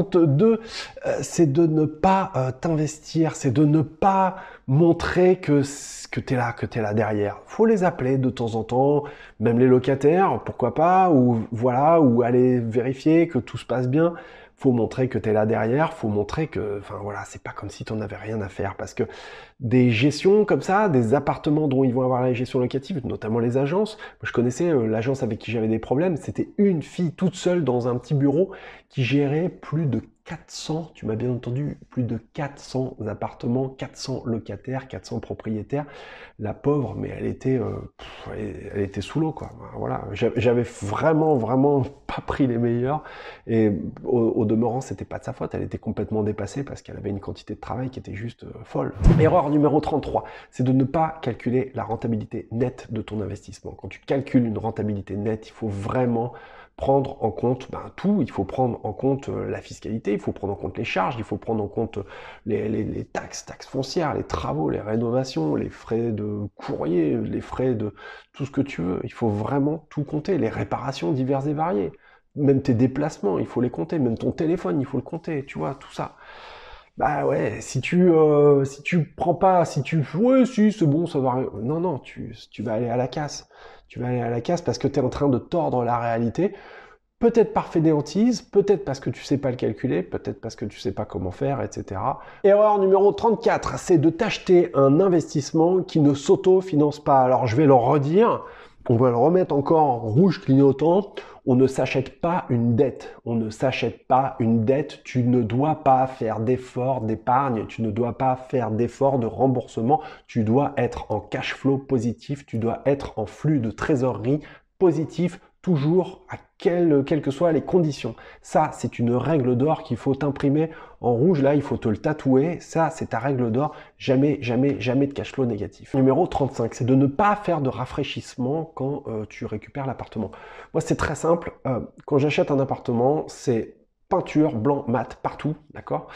32, c'est de ne pas t'investir, c'est de ne pas montrer que t'es là derrière. Faut les appeler de temps en temps, même les locataires, pourquoi pas, ou voilà, ou aller vérifier que tout se passe bien. faut montrer que tu es là derrière, faut montrer que, enfin voilà, c'est pas comme si tu n'en avais rien à faire, parce que des gestions comme ça, des appartements dont ils vont avoir la gestion locative, notamment les agences, moi, je connaissais l'agence avec qui j'avais des problèmes, c'était une fille toute seule dans un petit bureau qui gérait plus de 400, tu m'as bien entendu, plus de 400 appartements, 400 locataires, 400 propriétaires. La pauvre, mais elle était sous l'eau, quoi. Voilà, j'avais vraiment pas pris les meilleurs, et au demeurant, c'était pas de sa faute, elle était complètement dépassée parce qu'elle avait une quantité de travail qui était juste folle. Erreur numéro 33, c'est de ne pas calculer la rentabilité nette de ton investissement. Quand tu calcules une rentabilité nette, il faut vraiment prendre en compte tout, il faut prendre en compte la fiscalité, il faut prendre en compte les charges, il faut prendre en compte les taxes foncières, les travaux, les rénovations, les frais de courrier, les frais de tout ce que tu veux. Il faut vraiment tout compter, les réparations diverses et variées. Même tes déplacements, il faut les compter, même ton téléphone, il faut le compter, tu vois, tout ça. Bah ouais, si tu prends pas, ouais, si, c'est bon, ça va. Non, tu vas aller à la casse. Tu vas aller à la casse parce que tu es en train de tordre la réalité. Peut-être par fainéantise, peut-être parce que tu sais pas le calculer, peut-être parce que tu sais pas comment faire, etc. Erreur numéro 34, c'est de t'acheter un investissement qui ne s'auto-finance pas. Alors je vais le redire, on va le remettre encore en rouge clignotant. On ne s'achète pas une dette. On ne s'achète pas une dette. Tu ne dois pas faire d'efforts d'épargne. Tu ne dois pas faire d'efforts de remboursement. Tu dois être en cash flow positif. Tu dois être en flux de trésorerie positif, toujours à quelles que soient les conditions. Ça, c'est une règle d'or qu'il faut t'imprimer en rouge. Là, il faut te le tatouer. Ça, c'est ta règle d'or. Jamais de cash flow négatif. Numéro 35, c'est de ne pas faire de rafraîchissement quand tu récupères l'appartement. Moi, c'est très simple. Quand j'achète un appartement, c'est peinture blanc mat partout, d'accord.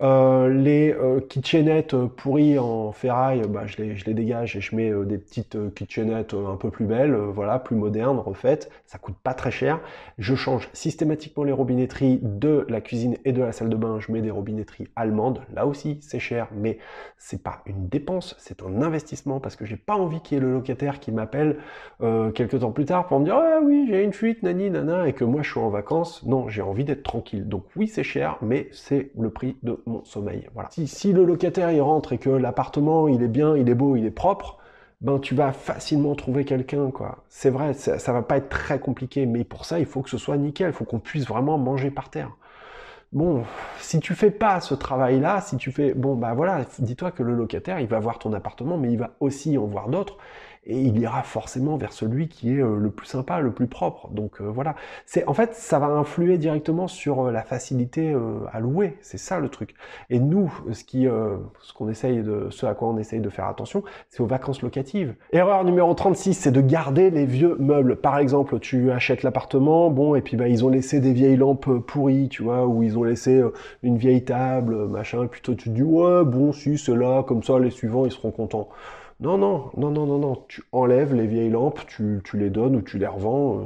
Les kitchenettes pourries en ferraille, je les dégage et je mets des petites kitchenettes un peu plus belles, voilà, plus modernes, refaites. Ça coûte pas très cher. Je change systématiquement les robinetteries de la cuisine et de la salle de bain. Je mets des robinetteries allemandes. Là aussi, c'est cher, mais c'est pas une dépense, c'est un investissement parce que j'ai pas envie qu'il y ait le locataire qui m'appelle quelques temps plus tard pour me dire ah oui, j'ai une fuite, nani, nana, et que moi je suis en vacances. Non, j'ai envie d'être tranquille. Donc oui, c'est cher, mais c'est le prix de mon sommeil. Voilà. Si le locataire il rentre et que l'appartement il est bien, il est beau, il est propre, ben tu vas facilement trouver quelqu'un, quoi. C'est vrai, ça va pas être très compliqué, mais pour ça il faut que ce soit nickel, il faut qu'on puisse vraiment manger par terre. Bon, si tu fais pas ce travail-là, si tu fais, bon bah voilà, dis-toi que le locataire, il va voir ton appartement, mais il va aussi en voir d'autres, et il ira forcément vers celui qui est le plus sympa, le plus propre. Donc voilà, en fait, ça va influer directement sur la facilité à louer. C'est ça le truc. Et nous, ce à quoi on essaye de faire attention, c'est aux vacances locatives. Erreur numéro 36, c'est de garder les vieux meubles. Par exemple, tu achètes l'appartement, bon, et puis ils ont laissé des vieilles lampes pourries, tu vois, ou ils ont laissé une vieille table, machin, et puis toi tu te dis ouais, bon, si, c'est là, comme ça, les suivants, ils seront contents. Non, tu enlèves les vieilles lampes, tu les donnes ou tu les revends,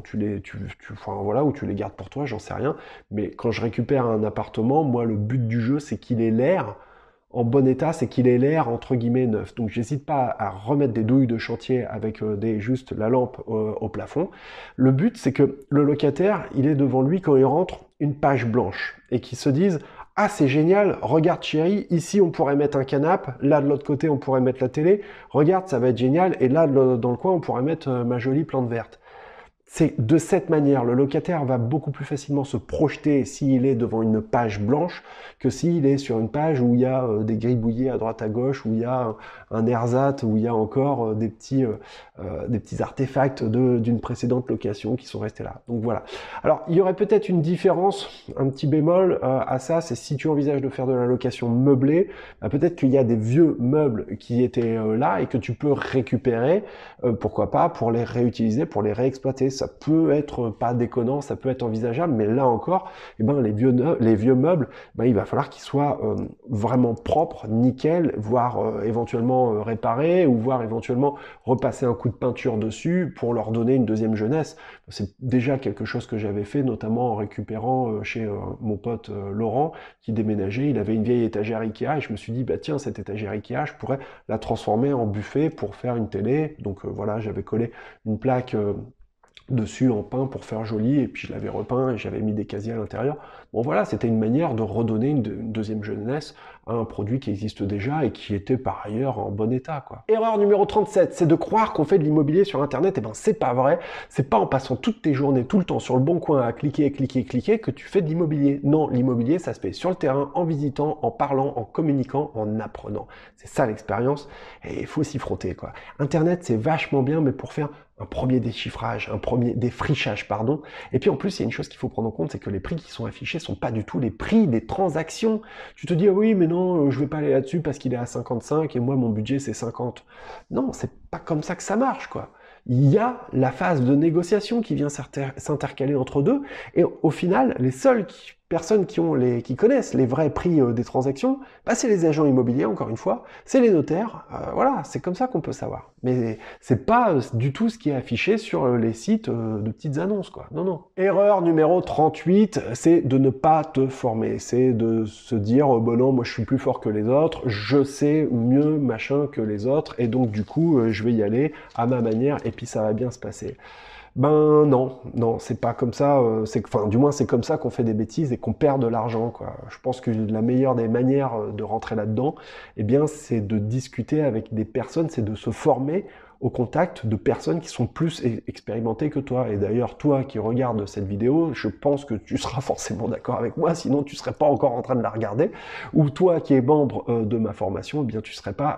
ou tu les gardes pour toi, j'en sais rien. Mais quand je récupère un appartement, moi, le but du jeu, c'est qu'il ait l'air en bon état, c'est qu'il ait l'air entre guillemets neuf. Donc j'hésite pas à remettre des douilles de chantier avec juste la lampe au plafond. Le but, c'est que le locataire, il est devant lui quand il rentre une page blanche et qu'il se dise ah, c'est génial, regarde chérie, ici on pourrait mettre un canapé, là de l'autre côté on pourrait mettre la télé, regarde ça va être génial, et là dans le coin on pourrait mettre ma jolie plante verte. C'est de cette manière, le locataire va beaucoup plus facilement se projeter s'il est devant une page blanche que s'il est sur une page où il y a des gribouillis à droite à gauche, où il y a un ersatz, où il y a encore des petits artefacts d'une précédente location qui sont restés là. Donc voilà. Alors il y aurait peut-être une différence, un petit bémol à ça, c'est si tu envisages de faire de la location meublée, peut-être qu'il y a des vieux meubles qui étaient là et que tu peux récupérer, pourquoi pas, pour les réutiliser, pour les réexploiter. Ça peut être pas déconnant, ça peut être envisageable, mais là encore, les vieux meubles, il va falloir qu'ils soient vraiment propres, nickel, voire éventuellement réparés, ou voire éventuellement repasser un coup de peinture dessus pour leur donner une deuxième jeunesse. C'est déjà quelque chose que j'avais fait, notamment en récupérant chez mon pote Laurent, qui déménageait. Il avait une vieille étagère Ikea, et je me suis dit, tiens, cette étagère Ikea, je pourrais la transformer en buffet pour faire une télé. Donc voilà, j'avais collé une plaque dessus en pain pour faire joli, et puis je l'avais repeint et j'avais mis des casiers à l'intérieur. Bon voilà, c'était une manière de redonner une deuxième jeunesse à un produit qui existe déjà et qui était par ailleurs en bon état, quoi. Erreur numéro 37, c'est de croire qu'on fait de l'immobilier sur Internet. Eh ben, c'est pas vrai. C'est pas en passant toutes tes journées, tout le temps sur le bon coin à cliquer, cliquer, cliquer que tu fais de l'immobilier. Non, l'immobilier, ça se fait sur le terrain, en visitant, en parlant, en communiquant, en apprenant. C'est ça l'expérience et il faut s'y frotter, quoi. Internet, c'est vachement bien, mais pour faire un premier déchiffrage, un premier défrichage, pardon. Et puis en plus, il y a une chose qu'il faut prendre en compte, c'est que les prix qui sont affichés sont pas du tout les prix des transactions. Tu te dis, ah oui, mais non, je vais pas aller là-dessus parce qu'il est à 55 et moi, mon budget, c'est 50. Non, c'est pas comme ça que ça marche, quoi. Il y a la phase de négociation qui vient s'intercaler entre deux, et au final, les seules personnes qui connaissent les vrais prix des transactions, bah, c'est les agents immobiliers, encore une fois, c'est les notaires, voilà, c'est comme ça qu'on peut savoir. Mais c'est pas du tout ce qui est affiché sur les sites de petites annonces, quoi. Non, non. Erreur numéro 38, c'est de ne pas te former, c'est de se dire, bon non, moi je suis plus fort que les autres, je sais mieux machin que les autres, et donc du coup, je vais y aller à ma manière, et puis ça va bien se passer. Ben non, non, c'est pas comme ça. Enfin, du moins, c'est comme ça qu'on fait des bêtises et qu'on perd de l'argent, quoi. Je pense que la meilleure des manières de rentrer là-dedans, eh bien, c'est de discuter avec des personnes, c'est de se former au contact de personnes qui sont plus expérimentées que toi. Et d'ailleurs, toi qui regardes cette vidéo, je pense que tu seras forcément d'accord avec moi, sinon tu serais pas encore en train de la regarder. Ou toi qui es membre de ma formation, eh bien, tu serais pas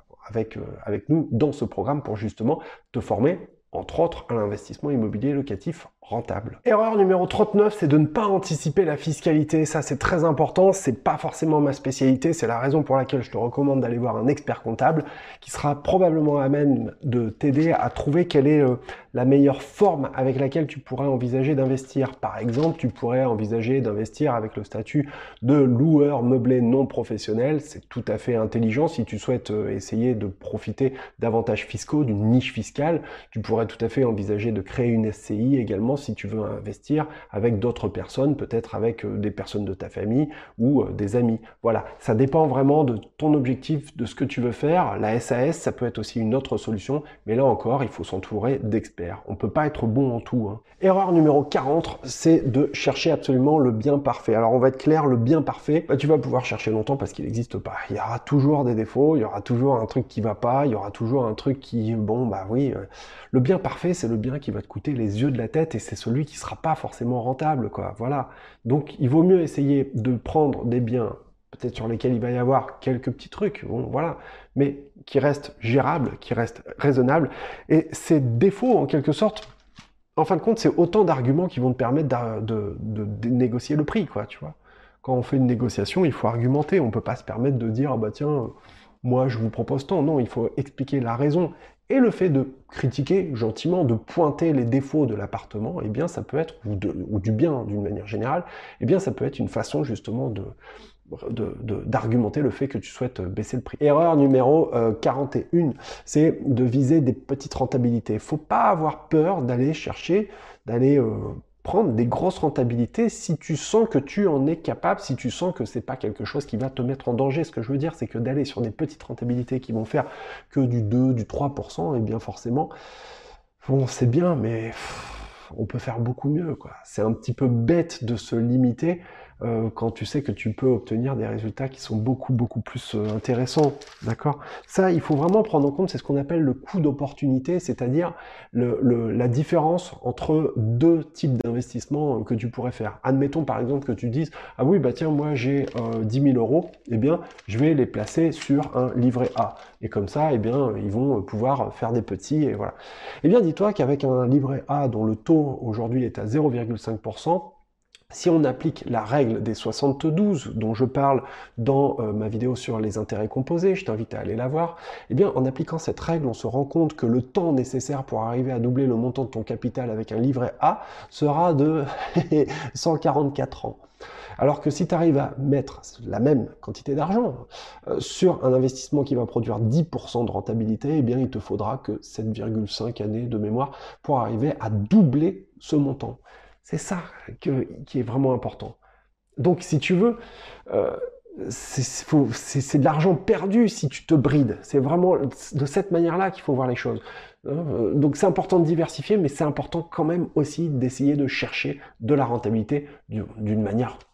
avec nous dans ce programme pour justement te former entre autres à l'investissement immobilier locatif rentable. Erreur numéro 39, c'est de ne pas anticiper la fiscalité. Ça, c'est très important. C'est pas forcément ma spécialité. C'est la raison pour laquelle je te recommande d'aller voir un expert comptable qui sera probablement à même de t'aider à trouver quelle est la meilleure forme avec laquelle tu pourrais envisager d'investir. Par exemple, tu pourrais envisager d'investir avec le statut de loueur meublé non professionnel. C'est tout à fait intelligent si tu souhaites essayer de profiter d'avantages fiscaux, d'une niche fiscale. Tu pourrais tout à fait envisager de créer une SCI également si tu veux investir avec d'autres personnes, peut-être avec des personnes de ta famille ou des amis. Voilà, ça dépend vraiment de ton objectif, de ce que tu veux faire. La SAS, ça peut être aussi une autre solution, mais là encore, il faut s'entourer d'experts. On ne peut pas être bon en tout, hein. Erreur numéro 40, c'est de chercher absolument le bien parfait. Alors on va être clair, le bien parfait, bah, tu vas pouvoir chercher longtemps parce qu'il n'existe pas. Il y aura toujours des défauts, il y aura toujours un truc qui va pas, il y aura toujours un truc qui, bon, bah oui, le bien parfait, c'est le bien qui va te coûter les yeux de la tête et c'est celui qui sera pas forcément rentable, quoi. Voilà. Donc, il vaut mieux essayer de prendre des biens, peut-être sur lesquels il va y avoir quelques petits trucs, bon, voilà, mais qui restent gérables, qui restent raisonnables. Et ces défauts, en quelque sorte, en fin de compte, c'est autant d'arguments qui vont te permettre de négocier le prix, quoi, tu vois. Quand on fait une négociation, il faut argumenter. On peut pas se permettre de dire, ah bah tiens, moi je vous propose tant. Non, il faut expliquer la raison. Et le fait de critiquer gentiment, de pointer les défauts de l'appartement, eh bien ça peut être, ou du bien d'une manière générale, eh bien ça peut être une façon justement d'argumenter le fait que tu souhaites baisser le prix. Erreur numéro 41, c'est de viser des petites rentabilités. Faut pas avoir peur d'aller chercher, d'aller prendre des grosses rentabilités si tu sens que tu en es capable, si tu sens que c'est pas quelque chose qui va te mettre en danger. Ce que je veux dire, c'est que d'aller sur des petites rentabilités qui vont faire que du 2, du 3%, et bien forcément, bon, c'est bien, mais on peut faire beaucoup mieux, quoi. C'est un petit peu bête de se limiter quand tu sais que tu peux obtenir des résultats qui sont beaucoup, beaucoup plus intéressants, d'accord? Ça, il faut vraiment prendre en compte, c'est ce qu'on appelle le coût d'opportunité, c'est-à-dire la différence entre deux types d'investissements que tu pourrais faire. Admettons, par exemple, que tu dises, ah oui, bah tiens, moi, j'ai 10 000 euros, eh bien, je vais les placer sur un livret A. Et comme ça, eh bien, ils vont pouvoir faire des petits, et voilà. Eh bien, dis-toi qu'avec un livret A dont le taux aujourd'hui est à 0,5%, si on applique la règle des 72 dont je parle dans ma vidéo sur les intérêts composés, je t'invite à aller la voir, eh bien en appliquant cette règle, on se rend compte que le temps nécessaire pour arriver à doubler le montant de ton capital avec un livret A sera de 144 ans. Alors que si tu arrives à mettre la même quantité d'argent sur un investissement qui va produire 10% de rentabilité, eh bien il te faudra que 7,5 années de mémoire pour arriver à doubler ce montant. C'est ça qui est vraiment important. Donc, si tu veux, c'est de l'argent perdu si tu te brides. C'est vraiment de cette manière-là qu'il faut voir les choses. Donc, c'est important de diversifier, mais c'est important quand même aussi d'essayer de chercher de la rentabilité d'une manière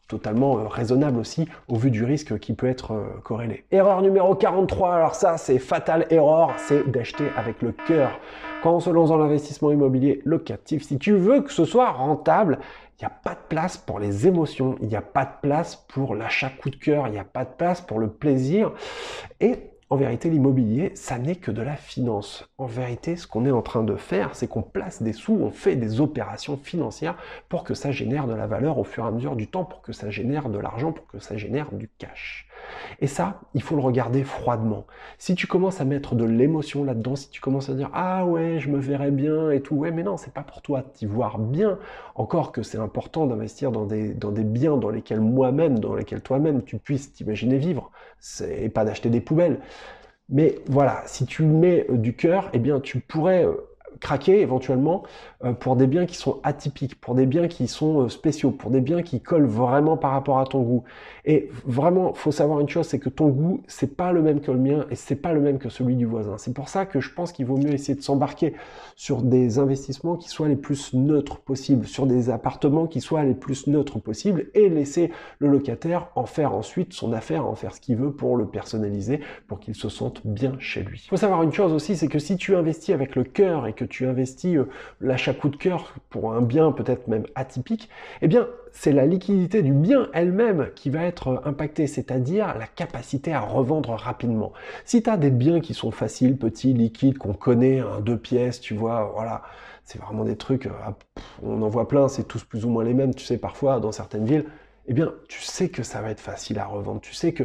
totalement raisonnable aussi au vu du risque qui peut être corrélé. Erreur numéro 43, alors ça c'est fatal error, c'est d'acheter avec le cœur. Quand on se lance dans l'investissement immobilier locatif, si tu veux que ce soit rentable, il n'y a pas de place pour les émotions, il n'y a pas de place pour l'achat coup de cœur, il n'y a pas de place pour le plaisir. Et en vérité, l'immobilier, ça n'est que de la finance. En vérité, ce qu'on est en train de faire, c'est qu'on place des sous, on fait des opérations financières pour que ça génère de la valeur au fur et à mesure du temps, pour que ça génère de l'argent, pour que ça génère du cash. Et ça, il faut le regarder froidement. Si tu commences à mettre de l'émotion là-dedans, si tu commences à dire « Ah ouais, je me verrais bien et tout », ouais, mais non, c'est pas pour toi t'y voir bien. Encore que c'est important d'investir dans des biens dans lesquels moi-même, dans lesquels toi-même, tu puisses t'imaginer vivre, et pas d'acheter des poubelles. Mais voilà, si tu mets du cœur, eh bien tu pourrais craquer éventuellement pour des biens qui sont atypiques, pour des biens qui sont spéciaux, pour des biens qui collent vraiment par rapport à ton goût. Et vraiment, faut savoir une chose, c'est que ton goût, c'est pas le même que le mien et c'est pas le même que celui du voisin. C'est pour ça que je pense qu'il vaut mieux essayer de s'embarquer sur des investissements qui soient les plus neutres possibles, sur des appartements qui soient les plus neutres possibles et laisser le locataire en faire ensuite son affaire, en faire ce qu'il veut pour le personnaliser, pour qu'il se sente bien chez lui. Il faut savoir une chose aussi, c'est que si tu investis avec le cœur et que tu investis l'achat coup de cœur pour un bien peut-être même atypique, eh bien c'est la liquidité du bien elle-même qui va être impactée, c'est-à-dire la capacité à revendre rapidement. Si tu as des biens qui sont faciles, petits, liquides, qu'on connaît, un 2 pièces, tu vois, voilà, c'est vraiment des trucs, on en voit plein, c'est tous plus ou moins les mêmes, tu sais, parfois dans certaines villes, eh bien tu sais que ça va être facile à revendre, tu sais que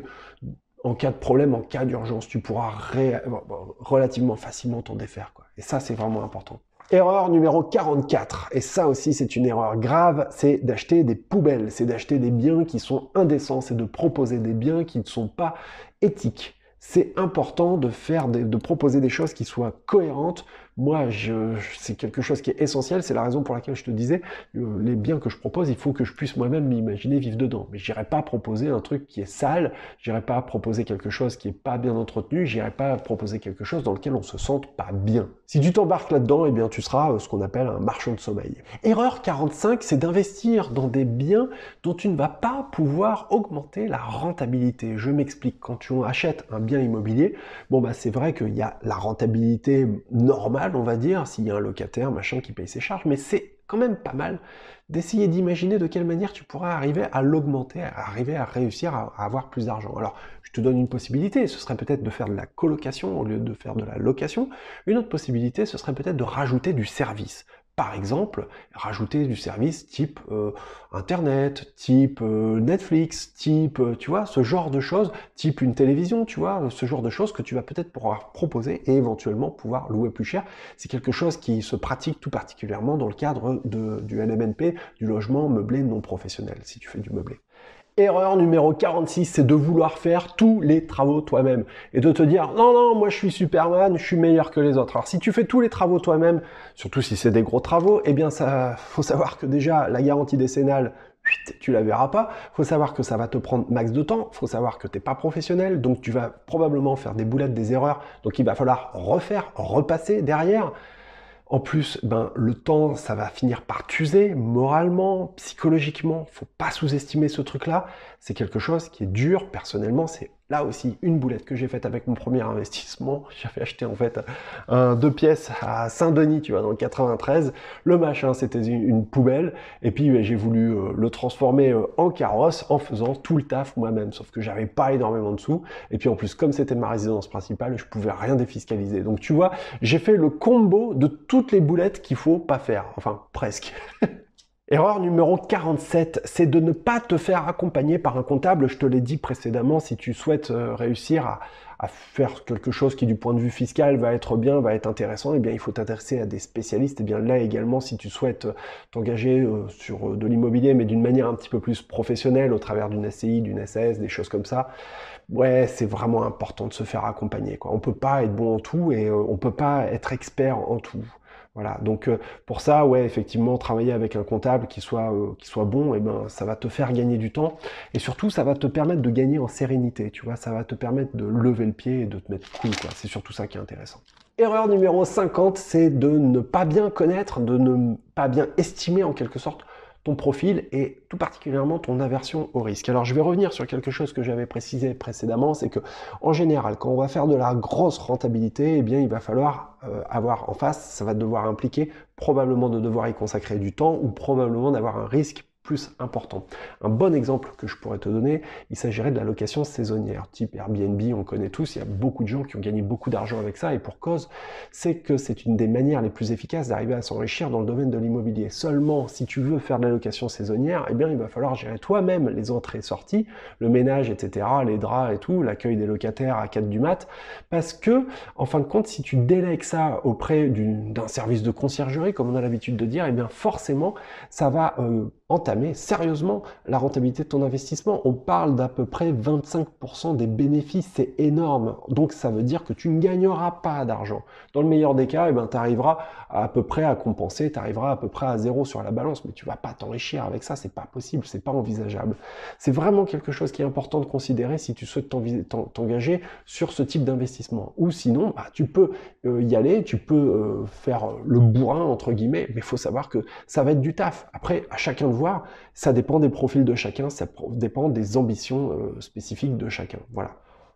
en cas de problème, en cas d'urgence, tu pourras relativement facilement t'en défaire, quoi. Et ça, c'est vraiment important. Erreur numéro 44, et ça aussi c'est une erreur grave, c'est d'acheter des poubelles, c'est d'acheter des biens qui sont indécents, c'est de proposer des biens qui ne sont pas éthiques. C'est important de proposer des choses qui soient cohérentes. Moi, c'est quelque chose qui est essentiel, c'est la raison pour laquelle je te disais, les biens que je propose, il faut que je puisse moi-même m'imaginer vivre dedans. Mais j'irai pas proposer un truc qui est sale, j'irai pas proposer quelque chose qui est pas bien entretenu, j'irai pas proposer quelque chose dans lequel on se sente pas bien. Si tu t'embarques là-dedans, eh bien tu seras ce qu'on appelle un marchand de sommeil. Erreur 45, c'est d'investir dans des biens dont tu ne vas pas pouvoir augmenter la rentabilité. Je m'explique, quand tu achètes un bien immobilier, bon bah c'est vrai qu'il y a la rentabilité normale, on va dire, s'il y a un locataire, machin, qui paye ses charges, mais c'est quand même pas mal d'essayer d'imaginer de quelle manière tu pourras arriver à l'augmenter, arriver à réussir à avoir plus d'argent. Alors, je te donne une possibilité, ce serait peut-être de faire de la colocation au lieu de faire de la location. Une autre possibilité, ce serait peut-être de rajouter du service. Par exemple, rajouter du service type Internet, type Netflix, type, tu vois, ce genre de choses, type une télévision, tu vois, ce genre de choses que tu vas peut-être pouvoir proposer et éventuellement pouvoir louer plus cher. C'est quelque chose qui se pratique tout particulièrement dans le cadre du LMNP, du logement meublé non professionnel, si tu fais du meublé. Erreur numéro 46, c'est de vouloir faire tous les travaux toi-même et de te dire non, non, moi je suis Superman, je suis meilleur que les autres. Alors si tu fais tous les travaux toi-même, surtout si c'est des gros travaux, eh bien ça, faut savoir que déjà la garantie décennale, tu la verras pas. Faut savoir que ça va te prendre max de temps. Faut savoir que t'es pas professionnel, donc tu vas probablement faire des boulettes, des erreurs. Donc il va falloir refaire, repasser derrière. En plus, le temps, ça va finir par t'user moralement, psychologiquement. Faut pas sous-estimer ce truc-là. C'est quelque chose qui est dur. Personnellement, c'est là aussi une boulette que j'ai faite avec mon premier investissement. J'avais acheté en fait un 2 pièces à Saint-Denis, tu vois, dans le 93. Le machin, c'était une poubelle. Et puis, j'ai voulu le transformer en carrosse en faisant tout le taf moi-même. Sauf que j'avais pas énormément de sous. Et puis en plus, comme c'était ma résidence principale, je pouvais rien défiscaliser. Donc tu vois, j'ai fait le combo de toutes les boulettes qu'il faut pas faire. Enfin, presque. Erreur numéro 47, c'est de ne pas te faire accompagner par un comptable. Je te l'ai dit précédemment, si tu souhaites réussir à faire quelque chose qui, du point de vue fiscal, va être bien, va être intéressant, eh bien, il faut t'intéresser à des spécialistes. Et bien là également, si tu souhaites t'engager sur de l'immobilier, mais d'une manière un petit peu plus professionnelle, au travers d'une SCI, d'une SAS, des choses comme ça, ouais, c'est vraiment important de se faire accompagner, quoi. On peut pas être bon en tout et on peut pas être expert en tout. Voilà, donc pour ça, ouais, effectivement, travailler avec un comptable qui soit bon, et ben ça va te faire gagner du temps et surtout ça va te permettre de gagner en sérénité, tu vois, ça va te permettre de lever le pied et de te mettre cool, quoi. C'est surtout ça qui est intéressant. Erreur numéro 50, c'est de ne pas bien connaître, de ne pas bien estimer en quelque sorte ton profil et tout particulièrement ton aversion au risque. Alors je vais revenir sur quelque chose que j'avais précisé précédemment, c'est que en général, quand on va faire de la grosse rentabilité, eh bien il va falloir avoir en face, ça va devoir impliquer probablement de devoir y consacrer du temps ou probablement d'avoir un risque plus important. Un bon exemple que je pourrais te donner, il s'agirait de la location saisonnière, type Airbnb, on connaît tous, il y a beaucoup de gens qui ont gagné beaucoup d'argent avec ça, et pour cause, c'est que c'est une des manières les plus efficaces d'arriver à s'enrichir dans le domaine de l'immobilier. Seulement, si tu veux faire de la location saisonnière, eh bien il va falloir gérer toi-même les entrées et sorties, le ménage, etc., les draps et tout, l'accueil des locataires à 4 du mat, parce que, en fin de compte, si tu délègues ça auprès d'un service de conciergerie, comme on a l'habitude de dire, eh bien forcément, ça va entamer sérieusement la rentabilité de ton investissement. On parle d'à peu près 25% des bénéfices, c'est énorme. Donc ça veut dire que tu ne gagneras pas d'argent. Dans le meilleur des cas, eh ben, tu arriveras à peu près à compenser, tu arriveras à peu près à zéro sur la balance, mais tu vas pas t'enrichir avec ça, c'est pas possible, c'est pas envisageable. C'est vraiment quelque chose qui est important de considérer si tu souhaites t'engager sur ce type d'investissement. Ou sinon, bah, tu peux y aller, tu peux faire le bourrin, entre guillemets, mais il faut savoir que ça va être du taf. Après, à chacun de voir, ça dépend des profils de chacun, ça dépend des ambitions spécifiques de chacun. Voilà.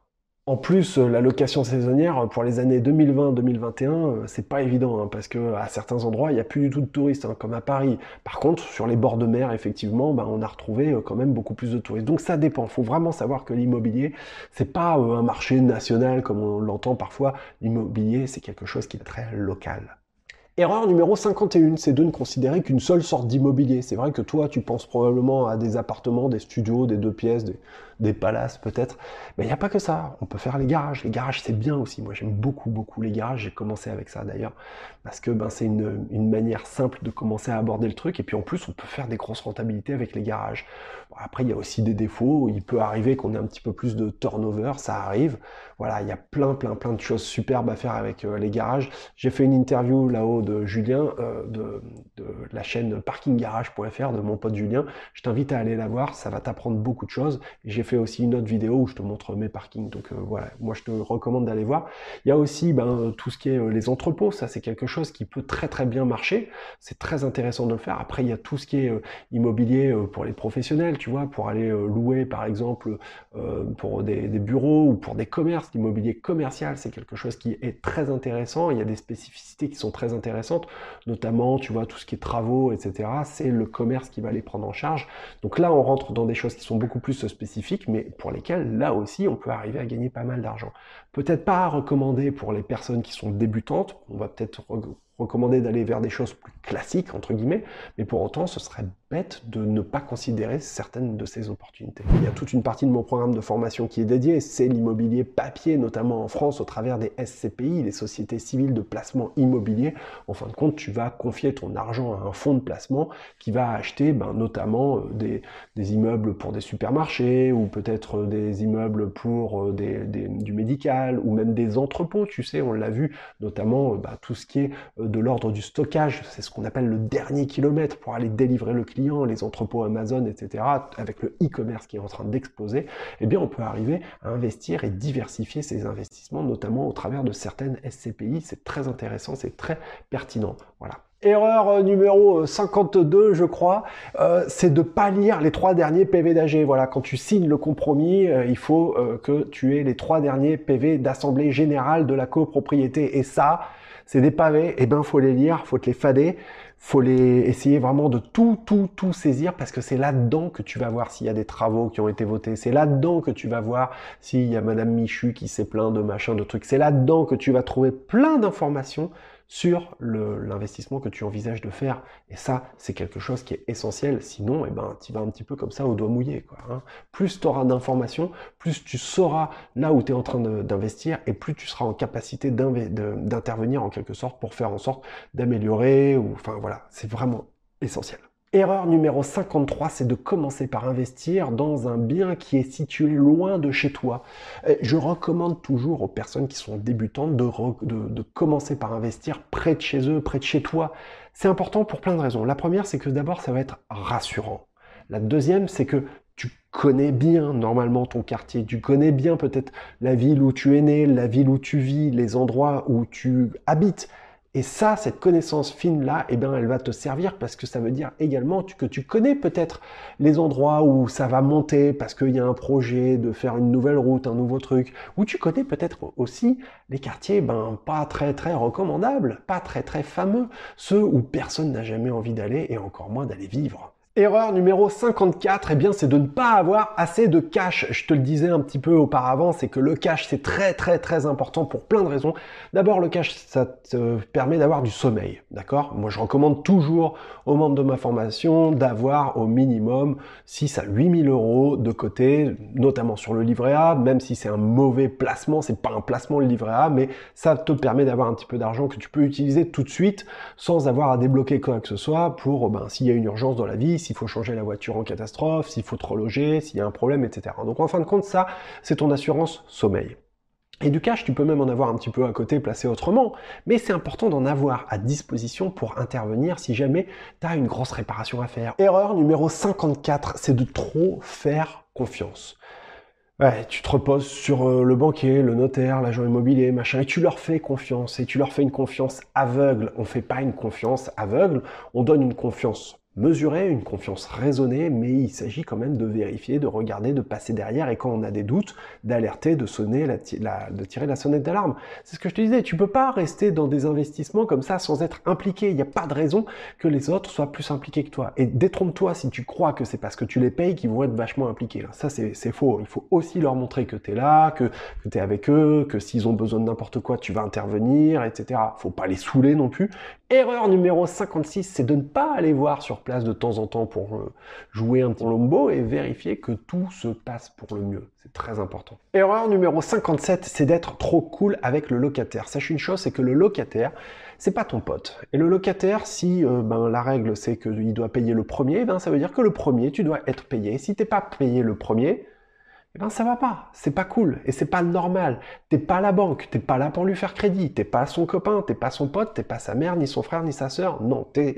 En plus, la location saisonnière pour les années 2020-2021, c'est pas évident, hein, parce que à certains endroits, il n'y a plus du tout de touristes, hein, comme à Paris. Par contre, sur les bords de mer, effectivement, ben, on a retrouvé quand même beaucoup plus de touristes. Donc ça dépend. Il faut vraiment savoir que l'immobilier, c'est pas un marché national comme on l'entend parfois. L'immobilier, c'est quelque chose qui est très local. Erreur numéro 51, c'est de ne considérer qu'une seule sorte d'immobilier. C'est vrai que toi, tu penses probablement à des appartements, des studios, des 2 pièces, des palaces peut-être. Mais il n'y a pas que ça. On peut faire les garages. Les garages, c'est bien aussi. Moi, j'aime beaucoup, beaucoup les garages. J'ai commencé avec ça d'ailleurs. Parce que ben, c'est une manière simple de commencer à aborder le truc. Et puis en plus, on peut faire des grosses rentabilités avec les garages. Bon, après, il y a aussi des défauts. Il peut arriver qu'on ait un petit peu plus de turnover. Ça arrive. Voilà, il y a plein de choses superbes à faire avec les garages. J'ai fait une interview là-haut de Julien, de la chaîne parkinggarage.fr, de mon pote Julien. Je t'invite à aller la voir, ça va t'apprendre beaucoup de choses. Et j'ai fait aussi une autre vidéo où je te montre mes parkings. Donc voilà, moi je te recommande d'aller voir. Il y a aussi tout ce qui est les entrepôts, ça c'est quelque chose qui peut très bien marcher. C'est très intéressant de le faire. Après, il y a tout ce qui est immobilier pour les professionnels, tu vois, pour aller louer par exemple pour des bureaux ou pour des commerces. L'immobilier commercial, c'est quelque chose qui est très intéressant. Il y a des spécificités qui sont très intéressantes, notamment, tu vois, tout ce qui est travaux, etc. C'est le commerce qui va les prendre en charge. Donc là, on rentre dans des choses qui sont beaucoup plus spécifiques, mais pour lesquelles, là aussi, on peut arriver à gagner pas mal d'argent. Peut-être pas à recommander pour les personnes qui sont débutantes. On va peut-être recommander d'aller vers des choses plus classiques, entre guillemets, mais pour autant, ce serait bête de ne pas considérer certaines de ces opportunités. Il y a toute une partie de mon programme de formation qui est dédiée, c'est l'immobilier papier, notamment en France, au travers des SCPI, les sociétés civiles de placement immobilier. En fin de compte, tu vas confier ton argent à un fonds de placement qui va acheter notamment des immeubles pour des supermarchés, ou peut-être des immeubles pour du médical, ou même des entrepôts, tu sais, on l'a vu, notamment tout ce qui est de l'ordre du stockage, c'est ce qu'on appelle le dernier kilomètre pour aller délivrer le client, les entrepôts Amazon, etc., avec le e-commerce qui est en train d'exploser, eh bien on peut arriver à investir et diversifier ses investissements, notamment au travers de certaines SCPI. C'est très intéressant, c'est très pertinent. Voilà. Erreur numéro 52, je crois, c'est de ne pas lire les 3 derniers PV d'AG. Voilà, quand tu signes le compromis, il faut que tu aies les 3 derniers PV d'Assemblée Générale de la copropriété. Et ça, c'est des pavés, et ben faut les lire, faut te les fader, faut les essayer vraiment de tout saisir, parce que c'est là-dedans que tu vas voir s'il y a des travaux qui ont été votés, c'est là-dedans que tu vas voir s'il y a Madame Michu qui s'est plaint de machin, de trucs, c'est là-dedans que tu vas trouver plein d'informations sur l'investissement que tu envisages de faire. Et ça, c'est quelque chose qui est essentiel. Sinon, tu vas un petit peu comme ça au doigt mouillé, quoi, hein. Plus tu auras d'informations, plus tu sauras là où tu es en train d'investir, et plus tu seras en capacité d'intervenir en quelque sorte pour faire en sorte d'améliorer, ou enfin voilà, c'est vraiment essentiel. Erreur numéro 53, c'est de commencer par investir dans un bien qui est situé loin de chez toi. Je recommande toujours aux personnes qui sont débutantes de commencer par investir près de chez eux, près de chez toi. C'est important pour plein de raisons. La première, c'est que d'abord, ça va être rassurant. La deuxième, c'est que tu connais bien normalement ton quartier, tu connais bien peut-être la ville où tu es né, la ville où tu vis, les endroits où tu habites. Et ça, cette connaissance fine-là, eh bien, elle va te servir parce que ça veut dire également que tu connais peut-être les endroits où ça va monter parce qu'il y a un projet de faire une nouvelle route, un nouveau truc, ou tu connais peut-être aussi les quartiers pas très très recommandables, pas très très fameux, ceux où personne n'a jamais envie d'aller et encore moins d'aller vivre. Erreur numéro 54, eh bien, c'est de ne pas avoir assez de cash. Je te le disais un petit peu auparavant, c'est que le cash, c'est très très très important pour plein de raisons. D'abord, le cash, ça te permet d'avoir du sommeil, d'accord? Moi, je recommande toujours aux membres de ma formation d'avoir au minimum 6 à 8 000 euros de côté, notamment sur le livret A, même si c'est un mauvais placement, c'est pas un placement le livret A, mais ça te permet d'avoir un petit peu d'argent que tu peux utiliser tout de suite sans avoir à débloquer quoi que ce soit pour, s'il y a une urgence dans la vie, s'il faut changer la voiture en catastrophe, s'il faut te reloger, s'il y a un problème, etc. Donc en fin de compte, ça, c'est ton assurance sommeil. Et du cash, tu peux même en avoir un petit peu à côté, placé autrement, mais c'est important d'en avoir à disposition pour intervenir si jamais tu as une grosse réparation à faire. Erreur numéro 54, c'est de trop faire confiance. Ouais, tu te reposes sur le banquier, le notaire, l'agent immobilier, machin, et tu leur fais confiance, et tu leur fais une confiance aveugle. On ne fait pas une confiance aveugle, on donne une confiance mesurée, une confiance raisonnée, mais il s'agit quand même de vérifier, de regarder, de passer derrière, et quand on a des doutes, d'alerter, de sonner, de tirer la sonnette d'alarme. C'est ce que je te disais, tu peux pas rester dans des investissements comme ça sans être impliqué. Il n'y a pas de raison que les autres soient plus impliqués que toi. Et détrompe-toi si tu crois que c'est parce que tu les payes qu'ils vont être vachement impliqués. Là. Ça, c'est faux. Il faut aussi leur montrer que tu es là, que tu es avec eux, que s'ils ont besoin de n'importe quoi, tu vas intervenir, etc. Faut pas les saouler non plus. Erreur numéro 56, c'est de ne pas aller voir sur place de temps en temps pour jouer un petit lombo et vérifier que tout se passe pour le mieux. C'est très important. Erreur numéro 57, c'est d'être trop cool avec le locataire. Sache une chose, c'est que le locataire, c'est pas ton pote. Et le locataire, si la règle c'est qu'il doit payer le premier, ça veut dire que le premier, tu dois être payé. Si t'es pas payé le premier, ça va pas, c'est pas cool et c'est pas normal. T'es pas la banque, t'es pas là pour lui faire crédit, t'es pas son copain, t'es pas son pote, t'es pas sa mère, ni son frère, ni sa sœur. Non, t'es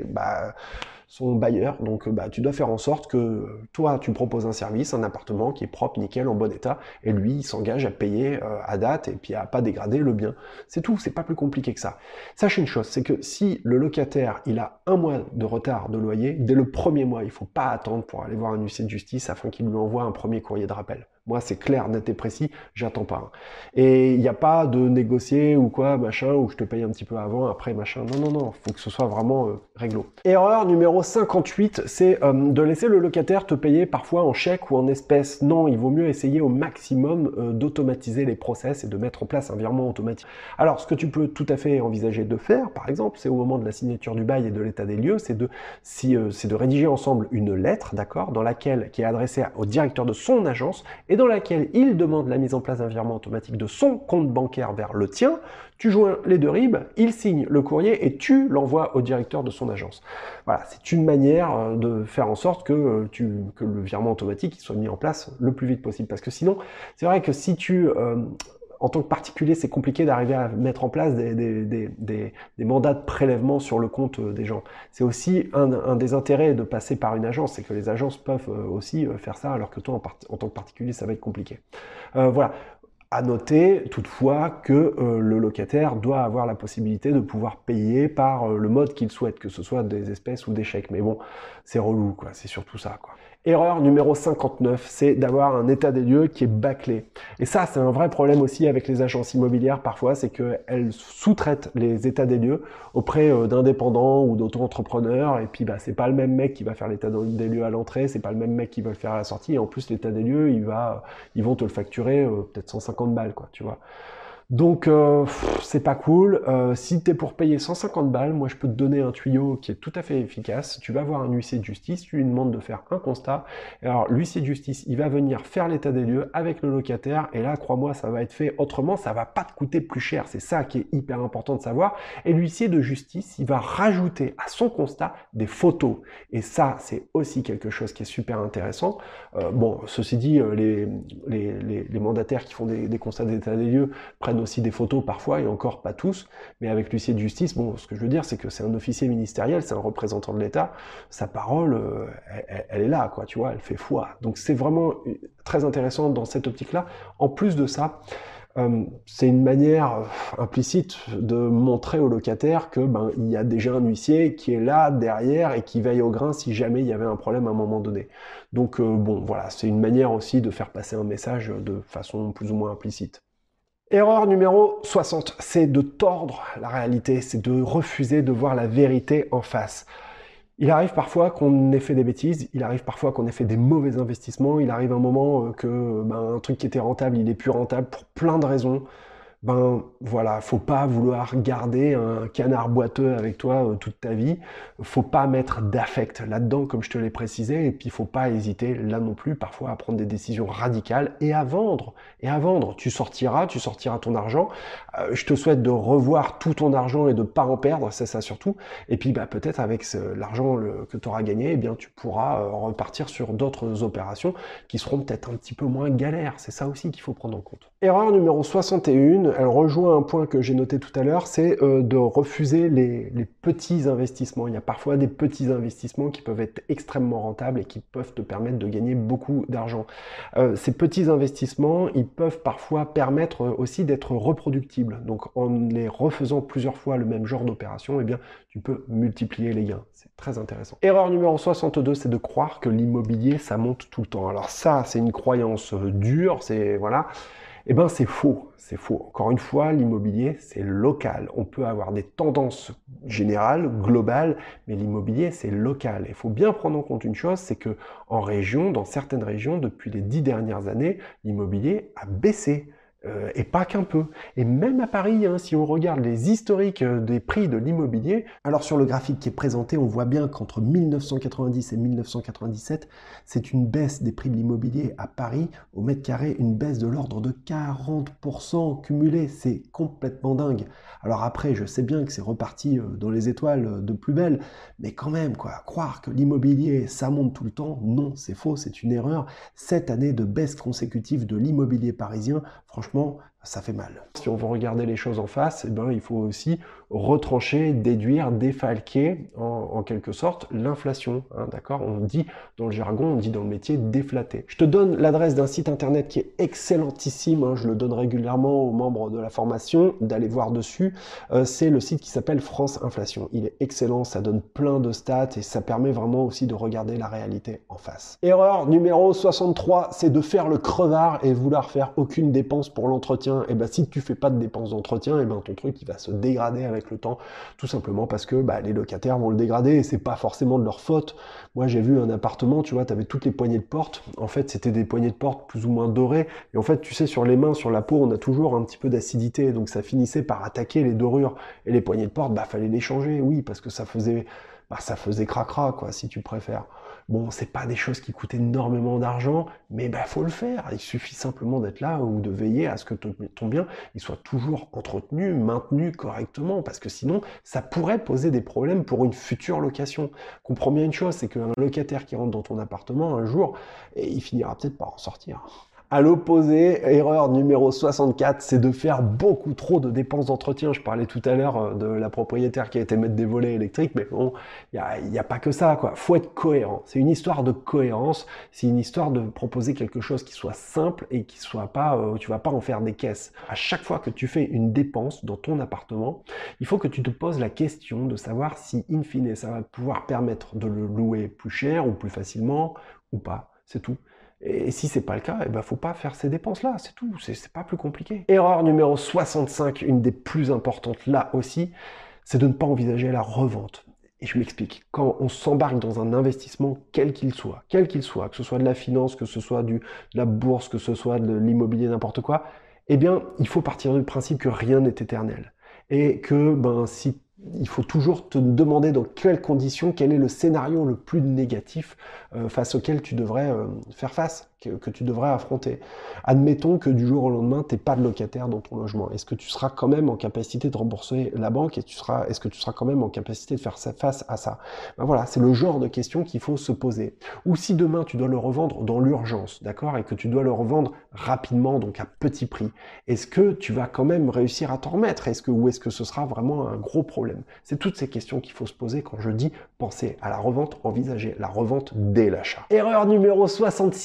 son bailleur. Donc tu dois faire en sorte que toi tu proposes un service, un appartement qui est propre, nickel, en bon état, et lui il s'engage à payer à date et puis à pas dégrader le bien. C'est tout, c'est pas plus compliqué que ça. Sache une chose, c'est que si le locataire il a 1 mois de retard de loyer, dès le premier mois, il faut pas attendre pour aller voir un huissier de justice afin qu'il lui envoie un premier courrier de rappel. Moi, c'est clair, net et précis, j'attends pas. Et il n'y a pas de négocier ou quoi, machin, où je te paye un petit peu avant, après, machin. Non, non, non, faut que ce soit vraiment réglo. Erreur numéro 58, c'est de laisser le locataire te payer parfois en chèque ou en espèces. Non, il vaut mieux essayer au maximum d'automatiser les process et de mettre en place un virement automatique. Alors, ce que tu peux tout à fait envisager de faire, par exemple, c'est au moment de la signature du bail et de l'état des lieux, c'est de rédiger ensemble une lettre, d'accord, qui est adressée au directeur de son agence et dans laquelle il demande la mise en place d'un virement automatique de son compte bancaire vers le tien. Tu joins les deux RIB, il signe le courrier et tu l'envoies au directeur de son agence. Voilà, c'est une manière de faire en sorte que le virement automatique soit mis en place le plus vite possible. Parce que sinon, c'est vrai que si en tant que particulier, c'est compliqué d'arriver à mettre en place des mandats de prélèvement sur le compte des gens. C'est aussi un des intérêts de passer par une agence, c'est que les agences peuvent aussi faire ça, alors que toi, en tant que particulier, ça va être compliqué. Voilà. À noter toutefois que le locataire doit avoir la possibilité de pouvoir payer par le mode qu'il souhaite, que ce soit des espèces ou des chèques. Mais bon, c'est relou, quoi. C'est surtout ça, quoi. Erreur numéro 59, c'est d'avoir un état des lieux qui est bâclé. Et ça, c'est un vrai problème aussi avec les agences immobilières parfois, c'est qu'elles sous-traitent les états des lieux auprès d'indépendants ou d'auto-entrepreneurs. Et puis, c'est pas le même mec qui va faire l'état des lieux à l'entrée, c'est pas le même mec qui va le faire à la sortie. Et en plus, l'état des lieux, ils vont te le facturer peut-être 150 balles, quoi, tu vois. Donc c'est pas cool. Si t'es pour payer 150 balles, moi je peux te donner un tuyau qui est tout à fait efficace. Tu vas voir un huissier de justice, tu lui demandes de faire un constat. Et alors l'huissier de justice, il va venir faire l'état des lieux avec le locataire. Et là, crois-moi, ça va être fait autrement, ça va pas te coûter plus cher. C'est ça qui est hyper important de savoir. Et l'huissier de justice, il va rajouter à son constat des photos. Et ça, c'est aussi quelque chose qui est super intéressant. Bon, ceci dit, les mandataires qui font des constats d'état des lieux prennent aussi des photos parfois, et encore pas tous, mais avec l'huissier de justice, bon, ce que je veux dire, c'est que c'est un officier ministériel, c'est un représentant de l'État, sa parole, elle est là, quoi, tu vois, elle fait foi. Donc c'est vraiment très intéressant dans cette optique-là. En plus de ça, C'est une manière implicite de montrer au locataire que il y a déjà un huissier qui est là derrière et qui veille au grain si jamais il y avait un problème à un moment donné. Donc bon, voilà, c'est une manière aussi de faire passer un message de façon plus ou moins implicite. Erreur numéro 60, c'est de tordre la réalité, c'est de refuser de voir la vérité en face. Il arrive parfois qu'on ait fait des bêtises, il arrive parfois qu'on ait fait des mauvais investissements, il arrive un moment que un truc qui était rentable, il est plus rentable pour plein de raisons. Voilà, faut pas vouloir garder un canard boiteux avec toi toute ta vie. Faut pas mettre d'affect là-dedans, comme je te l'ai précisé, et puis faut pas hésiter là non plus parfois à prendre des décisions radicales et à vendre. Et à vendre, tu sortiras ton argent. Je te souhaite de revoir tout ton argent et de pas en perdre, c'est ça surtout. Et puis peut-être avec l'argent que tu auras gagné, eh bien tu pourras repartir sur d'autres opérations qui seront peut-être un petit peu moins galères. C'est ça aussi qu'il faut prendre en compte. Erreur numéro 61, elle rejoint un point que j'ai noté tout à l'heure, c'est de refuser les petits investissements. Il y a parfois des petits investissements qui peuvent être extrêmement rentables et qui peuvent te permettre de gagner beaucoup d'argent. Ces petits investissements, ils peuvent parfois permettre aussi d'être reproductibles. Donc en les refaisant plusieurs fois le même genre d'opération, eh bien tu peux multiplier les gains. C'est très intéressant. Erreur numéro 62, c'est de croire que l'immobilier, ça monte tout le temps. Alors ça, c'est une croyance dure, c'est voilà. Eh ben c'est faux, c'est faux. Encore une fois, l'immobilier, c'est local. On peut avoir des tendances générales, globales, mais l'immobilier, c'est local. Il faut bien prendre en compte une chose, c'est que en région, dans certaines régions, depuis les 10 dernières années, l'immobilier a baissé. Et pas qu'un peu. Et même à Paris, si on regarde les historiques des prix de l'immobilier, alors sur le graphique qui est présenté, on voit bien qu'entre 1990 et 1997, c'est une baisse des prix de l'immobilier à Paris, au mètre carré, une baisse de l'ordre de 40% cumulé. C'est complètement dingue. Alors après, je sais bien que c'est reparti dans les étoiles de plus belle, mais quand même, quoi, croire que l'immobilier, ça monte tout le temps, non, c'est faux, c'est une erreur. 7 années de baisse consécutive de l'immobilier parisien, franchement, ça fait mal. Si on veut regarder les choses en face, eh ben, il faut aussi retrancher, déduire, défalquer en quelque sorte l'inflation. D'accord ? On dit dans le jargon, on dit dans le métier déflater. Je te donne l'adresse d'un site internet qui est excellentissime, je le donne régulièrement aux membres de la formation, d'aller voir dessus. C'est le site qui s'appelle France Inflation. Il est excellent, ça donne plein de stats et ça permet vraiment aussi de regarder la réalité en face. Erreur numéro 63, c'est de faire le crevard et vouloir faire aucune dépense pour l'entretien. Et ben si tu fais pas de dépenses d'entretien, et ben ton truc il va se dégrader avec le temps, tout simplement parce que les locataires vont le dégrader et c'est pas forcément de leur faute. Moi j'ai vu un appartement, tu vois, tu avais toutes les poignées de porte, en fait c'était des poignées de porte plus ou moins dorées, et en fait tu sais sur les mains, sur la peau, on a toujours un petit peu d'acidité, donc ça finissait par attaquer les dorures, et les poignées de porte, fallait les changer, oui, parce que ça faisait cracra, quoi, si tu préfères. Bon, c'est pas des choses qui coûtent énormément d'argent, mais faut le faire. Il suffit simplement d'être là ou de veiller à ce que ton bien il soit toujours entretenu, maintenu correctement, parce que sinon, ça pourrait poser des problèmes pour une future location. Comprends bien une chose, c'est qu'un locataire qui rentre dans ton appartement un jour, il finira peut-être par en sortir. À l'opposé, erreur numéro 64, c'est de faire beaucoup trop de dépenses d'entretien. Je parlais tout à l'heure de la propriétaire qui a été mettre des volets électriques, mais bon, il y a pas que ça, quoi. Faut être cohérent. C'est une histoire de cohérence. C'est une histoire de proposer quelque chose qui soit simple et qui soit pas, tu vas pas en faire des caisses. À chaque fois que tu fais une dépense dans ton appartement, il faut que tu te poses la question de savoir si, in fine, ça va pouvoir permettre de le louer plus cher ou plus facilement ou pas. C'est tout. Et si c'est pas le cas, faut pas faire ces dépenses-là, c'est tout, c'est pas plus compliqué. Erreur numéro 65, une des plus importantes là aussi, c'est de ne pas envisager la revente. Et je m'explique, quand on s'embarque dans un investissement, quel qu'il soit, que ce soit de la finance, que ce soit de la bourse, que ce soit de l'immobilier, n'importe quoi, il faut partir du principe que rien n'est éternel. Et que, il faut toujours te demander dans quelles conditions, quel est le scénario le plus négatif face auquel tu devrais faire face, que tu devrais affronter. Admettons que du jour au lendemain, tu n'es pas de locataire dans ton logement. Est-ce que tu seras quand même en capacité de rembourser la banque et est-ce que tu seras quand même en capacité de faire face à ça? Voilà, c'est le genre de questions qu'il faut se poser. Ou si demain, tu dois le revendre dans l'urgence, d'accord, et que tu dois le revendre rapidement, donc à petit prix, est-ce que tu vas quand même réussir à t'en remettre? Ou est-ce que ce sera vraiment un gros problème? C'est toutes ces questions qu'il faut se poser quand je dis penser à la revente, envisager la revente dès l'achat. Erreur numéro 66, c'est de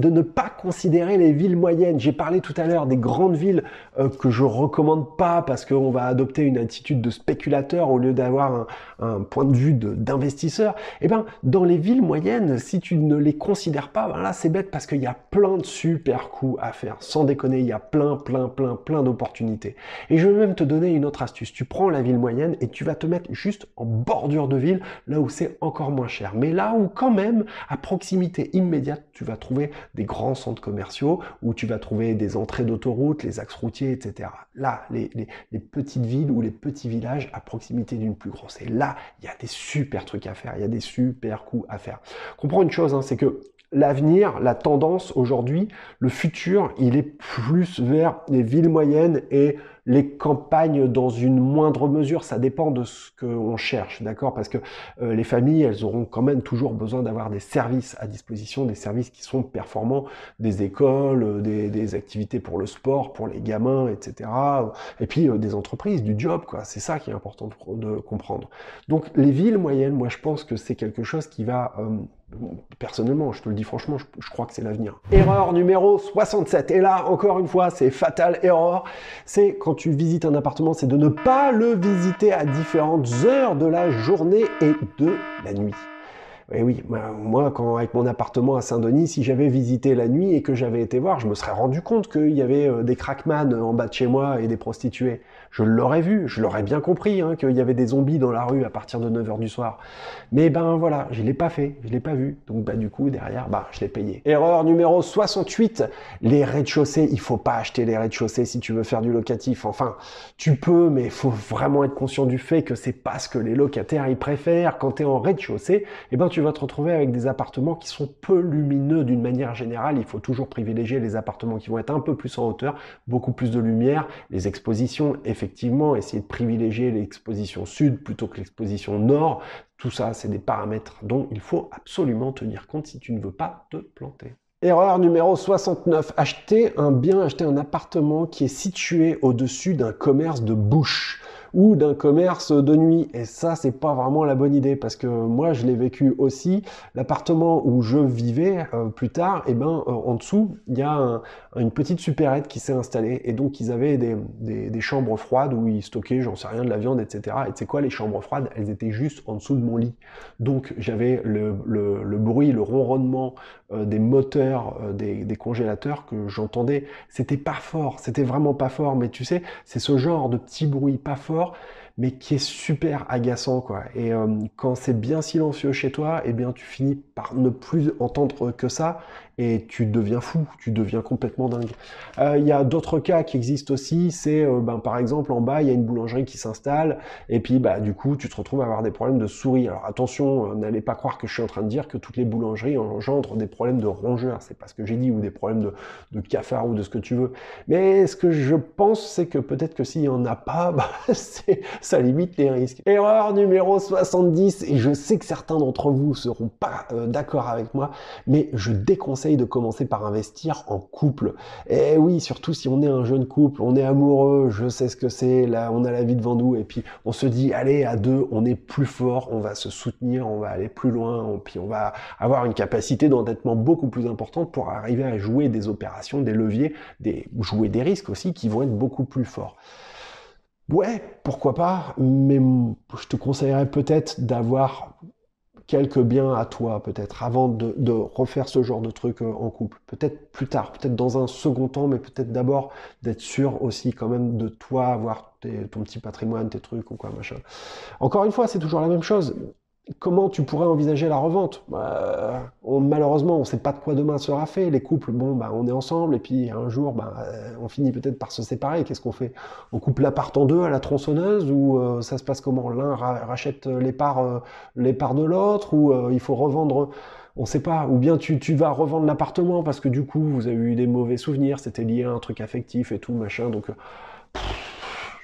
de ne pas considérer les villes moyennes. J'ai parlé tout à l'heure des grandes villes que je recommande pas parce qu'on va adopter une attitude de spéculateur au lieu d'avoir un point de vue d'investisseur. Eh ben, dans les villes moyennes, si tu ne les considères pas, ben là c'est bête parce qu'il y a plein de super coups à faire. Sans déconner, il y a plein d'opportunités. Et je vais même te donner une autre astuce. Tu prends la ville moyenne et tu vas te mettre juste en bordure de ville, là où c'est encore moins cher. Mais là où quand même, à proximité immédiate, tu vas trouver des grands centres commerciaux, où tu vas trouver des entrées d'autoroutes, les axes routiers, etc. Là, les petites villes ou les petits villages à proximité d'une plus grosse. Et là, il y a des super trucs à faire, il y a des super coups à faire. Comprends une chose, hein, c'est que l'avenir, la tendance aujourd'hui, le futur, il est plus vers les villes moyennes et les campagnes dans une moindre mesure. Ça dépend de ce qu'on cherche, d'accord? Parce que les familles, elles auront quand même toujours besoin d'avoir des services à disposition, des services qui sont performants, des écoles, des activités pour le sport, pour les gamins, etc. Et puis des entreprises, du job, quoi. C'est ça qui est important de comprendre. Donc les villes moyennes, moi je pense que c'est quelque chose qui va... personnellement, je te le dis franchement, je crois que c'est l'avenir. Erreur numéro 67. Et là, encore une fois, c'est fatal erreur. C'est quand tu visites un appartement, c'est de ne pas le visiter à différentes heures de la journée et de la nuit. Et oui, moi, avec mon appartement à Saint-Denis, si j'avais visité la nuit et que j'avais été voir, je me serais rendu compte qu'il y avait des crackman en bas de chez moi et des prostituées. Je l'aurais vu, je l'aurais bien compris, hein, qu'il y avait des zombies dans la rue à partir de 9h du soir. Mais ben voilà, je l'ai pas fait, je l'ai pas vu. Donc bah du coup, derrière, je l'ai payé. Erreur numéro 68, les rez-de-chaussée. Il faut pas acheter les rez-de-chaussée si tu veux faire du locatif. Enfin, tu peux, mais il faut vraiment être conscient du fait que c'est pas ce que les locataires ils préfèrent. Quand tu es en rez-de-chaussée, eh ben tu vas te retrouver avec des appartements qui sont peu lumineux d'une manière générale. Il faut toujours privilégier les appartements qui vont être un peu plus en hauteur, beaucoup plus de lumière, les expositions, effectivement, essayer de privilégier l'exposition sud plutôt que l'exposition nord. Tout ça, c'est des paramètres dont il faut absolument tenir compte si tu ne veux pas te planter. Erreur numéro 69, acheter un appartement qui est situé au-dessus d'un commerce de bouche ou d'un commerce de nuit. Et ça, c'est pas vraiment la bonne idée parce que moi, je l'ai vécu aussi. L'appartement où je vivais plus tard, en dessous, il y a une petite supérette qui s'est installée et donc ils avaient des chambres froides où ils stockaient, j'en sais rien, de la viande, etc. Et tu sais quoi, les chambres froides, elles étaient juste en dessous de mon lit. Donc j'avais le bruit, le ronronnement des moteurs des congélateurs que j'entendais. C'était pas fort, c'était vraiment pas fort, mais tu sais, c'est ce genre de petit bruit pas fort mais qui est super agaçant, quoi. Et quand c'est bien silencieux chez toi, eh bien tu finis par ne plus entendre que ça et tu deviens fou, tu deviens complètement dingue. Il y a d'autres cas qui existent aussi, c'est par exemple en bas il y a une boulangerie qui s'installe et puis du coup tu te retrouves à avoir des problèmes de souris. Alors attention, n'allez pas croire que je suis en train de dire que toutes les boulangeries engendrent des problèmes de rongeurs, c'est pas ce que j'ai dit, ou des problèmes de cafards ou de ce que tu veux. Mais ce que je pense, c'est que peut-être que s'il y en a pas, ça limite les risques. Erreur numéro 70, et je sais que certains d'entre vous seront pas d'accord avec moi, mais je déconseille de commencer par investir en couple. Et oui, surtout si on est un jeune couple, on est amoureux, je sais ce que c'est, là on a la vie devant nous, et puis on se dit, allez, à deux, on est plus fort, on va se soutenir, on va aller plus loin, puis on va avoir une capacité d'endettement beaucoup plus importante pour arriver à jouer des opérations, des leviers, jouer des risques aussi qui vont être beaucoup plus forts. Ouais, pourquoi pas, mais je te conseillerais peut-être d'avoir quelques biens à toi, peut-être, avant de refaire ce genre de truc en couple. Peut-être plus tard, peut-être dans un second temps, mais peut-être d'abord d'être sûr aussi quand même de toi, avoir ton petit patrimoine, tes trucs ou quoi, machin. Encore une fois, c'est toujours la même chose. Comment tu pourrais envisager la revente? Malheureusement, on ne sait pas de quoi demain sera fait. Les couples, on est ensemble et puis un jour, on finit peut-être par se séparer. Qu'est-ce qu'on fait? On coupe l'appart en deux à la tronçonneuse ou ça se passe comment? L'un rachète les parts de l'autre ou il faut revendre? On ne sait pas. Ou bien tu vas revendre l'appartement parce que du coup, vous avez eu des mauvais souvenirs, c'était lié à un truc affectif et tout, machin. Donc,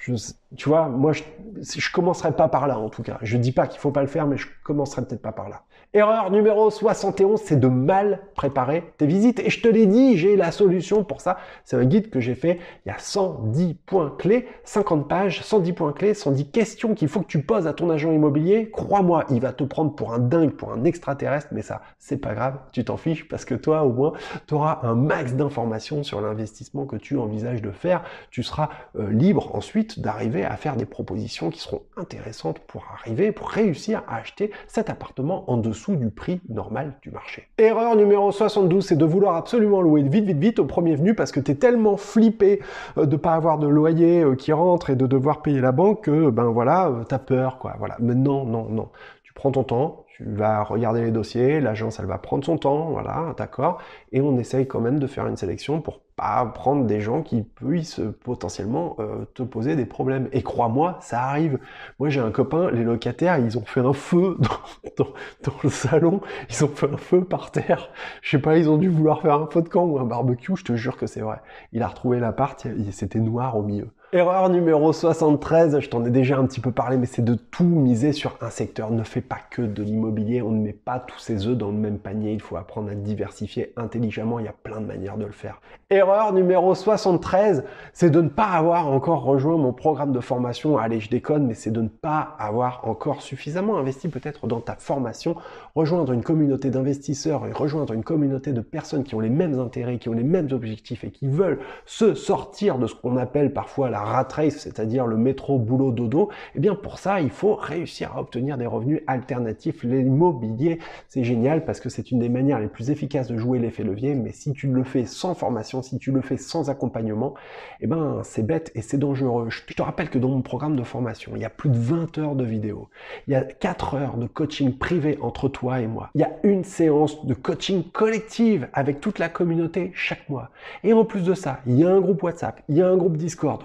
Tu vois, moi, je commencerai pas par là, en tout cas. Je dis pas qu'il faut pas le faire, mais je commencerai peut-être pas par là. Erreur numéro 71, c'est de mal préparer tes visites. Et je te l'ai dit, j'ai la solution pour ça. C'est un guide que j'ai fait. Il y a 110 points clés, 50 pages, 110 points clés, 110 questions qu'il faut que tu poses à ton agent immobilier. Crois-moi, il va te prendre pour un dingue, pour un extraterrestre, mais ça, c'est pas grave. Tu t'en fiches parce que toi, au moins, tu auras un max d'informations sur l'investissement que tu envisages de faire. Tu seras libre ensuite d'arriver à faire des propositions qui seront intéressantes pour réussir à acheter cet appartement en dessous du prix normal du marché. Erreur numéro 72, c'est de vouloir absolument louer vite au premier venu parce que tu es tellement flippé de pas avoir de loyer qui rentre et de devoir payer la banque que ben voilà, t'as peur quoi. Voilà. Mais non. Tu prends ton temps, tu vas regarder les dossiers, l'agence elle va prendre son temps, voilà, d'accord, et on essaye quand même de faire une sélection pour pas prendre des gens qui puissent potentiellement te poser des problèmes. Et crois-moi, ça arrive. Moi j'ai un copain, les locataires, ils ont fait un feu dans le salon, ils ont fait un feu par terre. Je sais pas, ils ont dû vouloir faire un feu de camp ou un barbecue, je te jure que c'est vrai. Il a retrouvé l'appart, c'était noir au milieu. Erreur numéro 73, je t'en ai déjà un petit peu parlé, mais c'est de tout miser sur un secteur. Ne fais pas que de l'immobilier, on ne met pas tous ses œufs dans le même panier, il faut apprendre à diversifier intelligemment, il y a plein de manières de le faire. Erreur numéro 73, c'est de ne pas avoir encore rejoint mon programme de formation. Allez, je déconne, mais c'est de ne pas avoir encore suffisamment investi peut-être dans ta formation. Rejoindre une communauté d'investisseurs et rejoindre une communauté de personnes qui ont les mêmes intérêts, qui ont les mêmes objectifs et qui veulent se sortir de ce qu'on appelle parfois la rat race, c'est-à-dire le métro boulot dodo, eh bien pour ça, il faut réussir à obtenir des revenus alternatifs. L'immobilier, c'est génial parce que c'est une des manières les plus efficaces de jouer l'effet levier, mais si tu le fais sans formation, si tu le fais sans accompagnement, eh ben c'est bête et c'est dangereux. Je te rappelle que dans mon programme de formation, il y a plus de 20 heures de vidéos, il y a 4 heures de coaching privé entre toi et moi, il y a une séance de coaching collective avec toute la communauté chaque mois. Et en plus de ça, il y a un groupe WhatsApp, il y a un groupe Discord.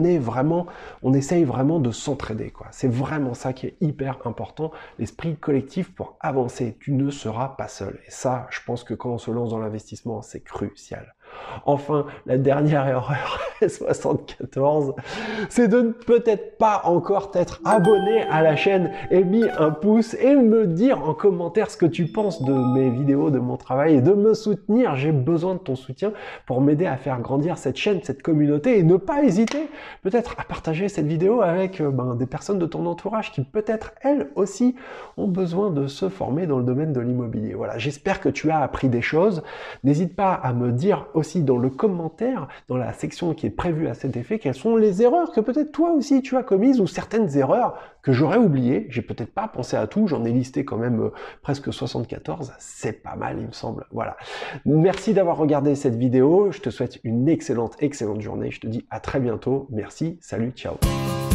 On essaye vraiment de s'entraider, quoi. C'est vraiment ça qui est hyper important, l'esprit collectif pour avancer. Tu ne seras pas seul. Et ça, je pense que quand on se lance dans l'investissement, c'est crucial. Enfin, la dernière erreur, 74, c'est de ne peut-être pas encore t'être abonné à la chaîne et mis un pouce et me dire en commentaire ce que tu penses de mes vidéos, de mon travail et de me soutenir. J'ai besoin de ton soutien pour m'aider à faire grandir cette chaîne, cette communauté et ne pas hésiter peut-être à partager cette vidéo avec des personnes de ton entourage qui peut-être elles aussi ont besoin de se former dans le domaine de l'immobilier. Voilà, j'espère que tu as appris des choses. N'hésite pas à me dire aussi dans le commentaire, dans la section qui est prévue à cet effet, quelles sont les erreurs que peut-être toi aussi tu as commises ou certaines erreurs que j'aurais oubliées. J'ai peut-être pas pensé à tout, j'en ai listé quand même presque 74, c'est pas mal il me semble. Voilà. Merci d'avoir regardé cette vidéo, je te souhaite une excellente journée, je te dis à très bientôt, merci, salut, ciao.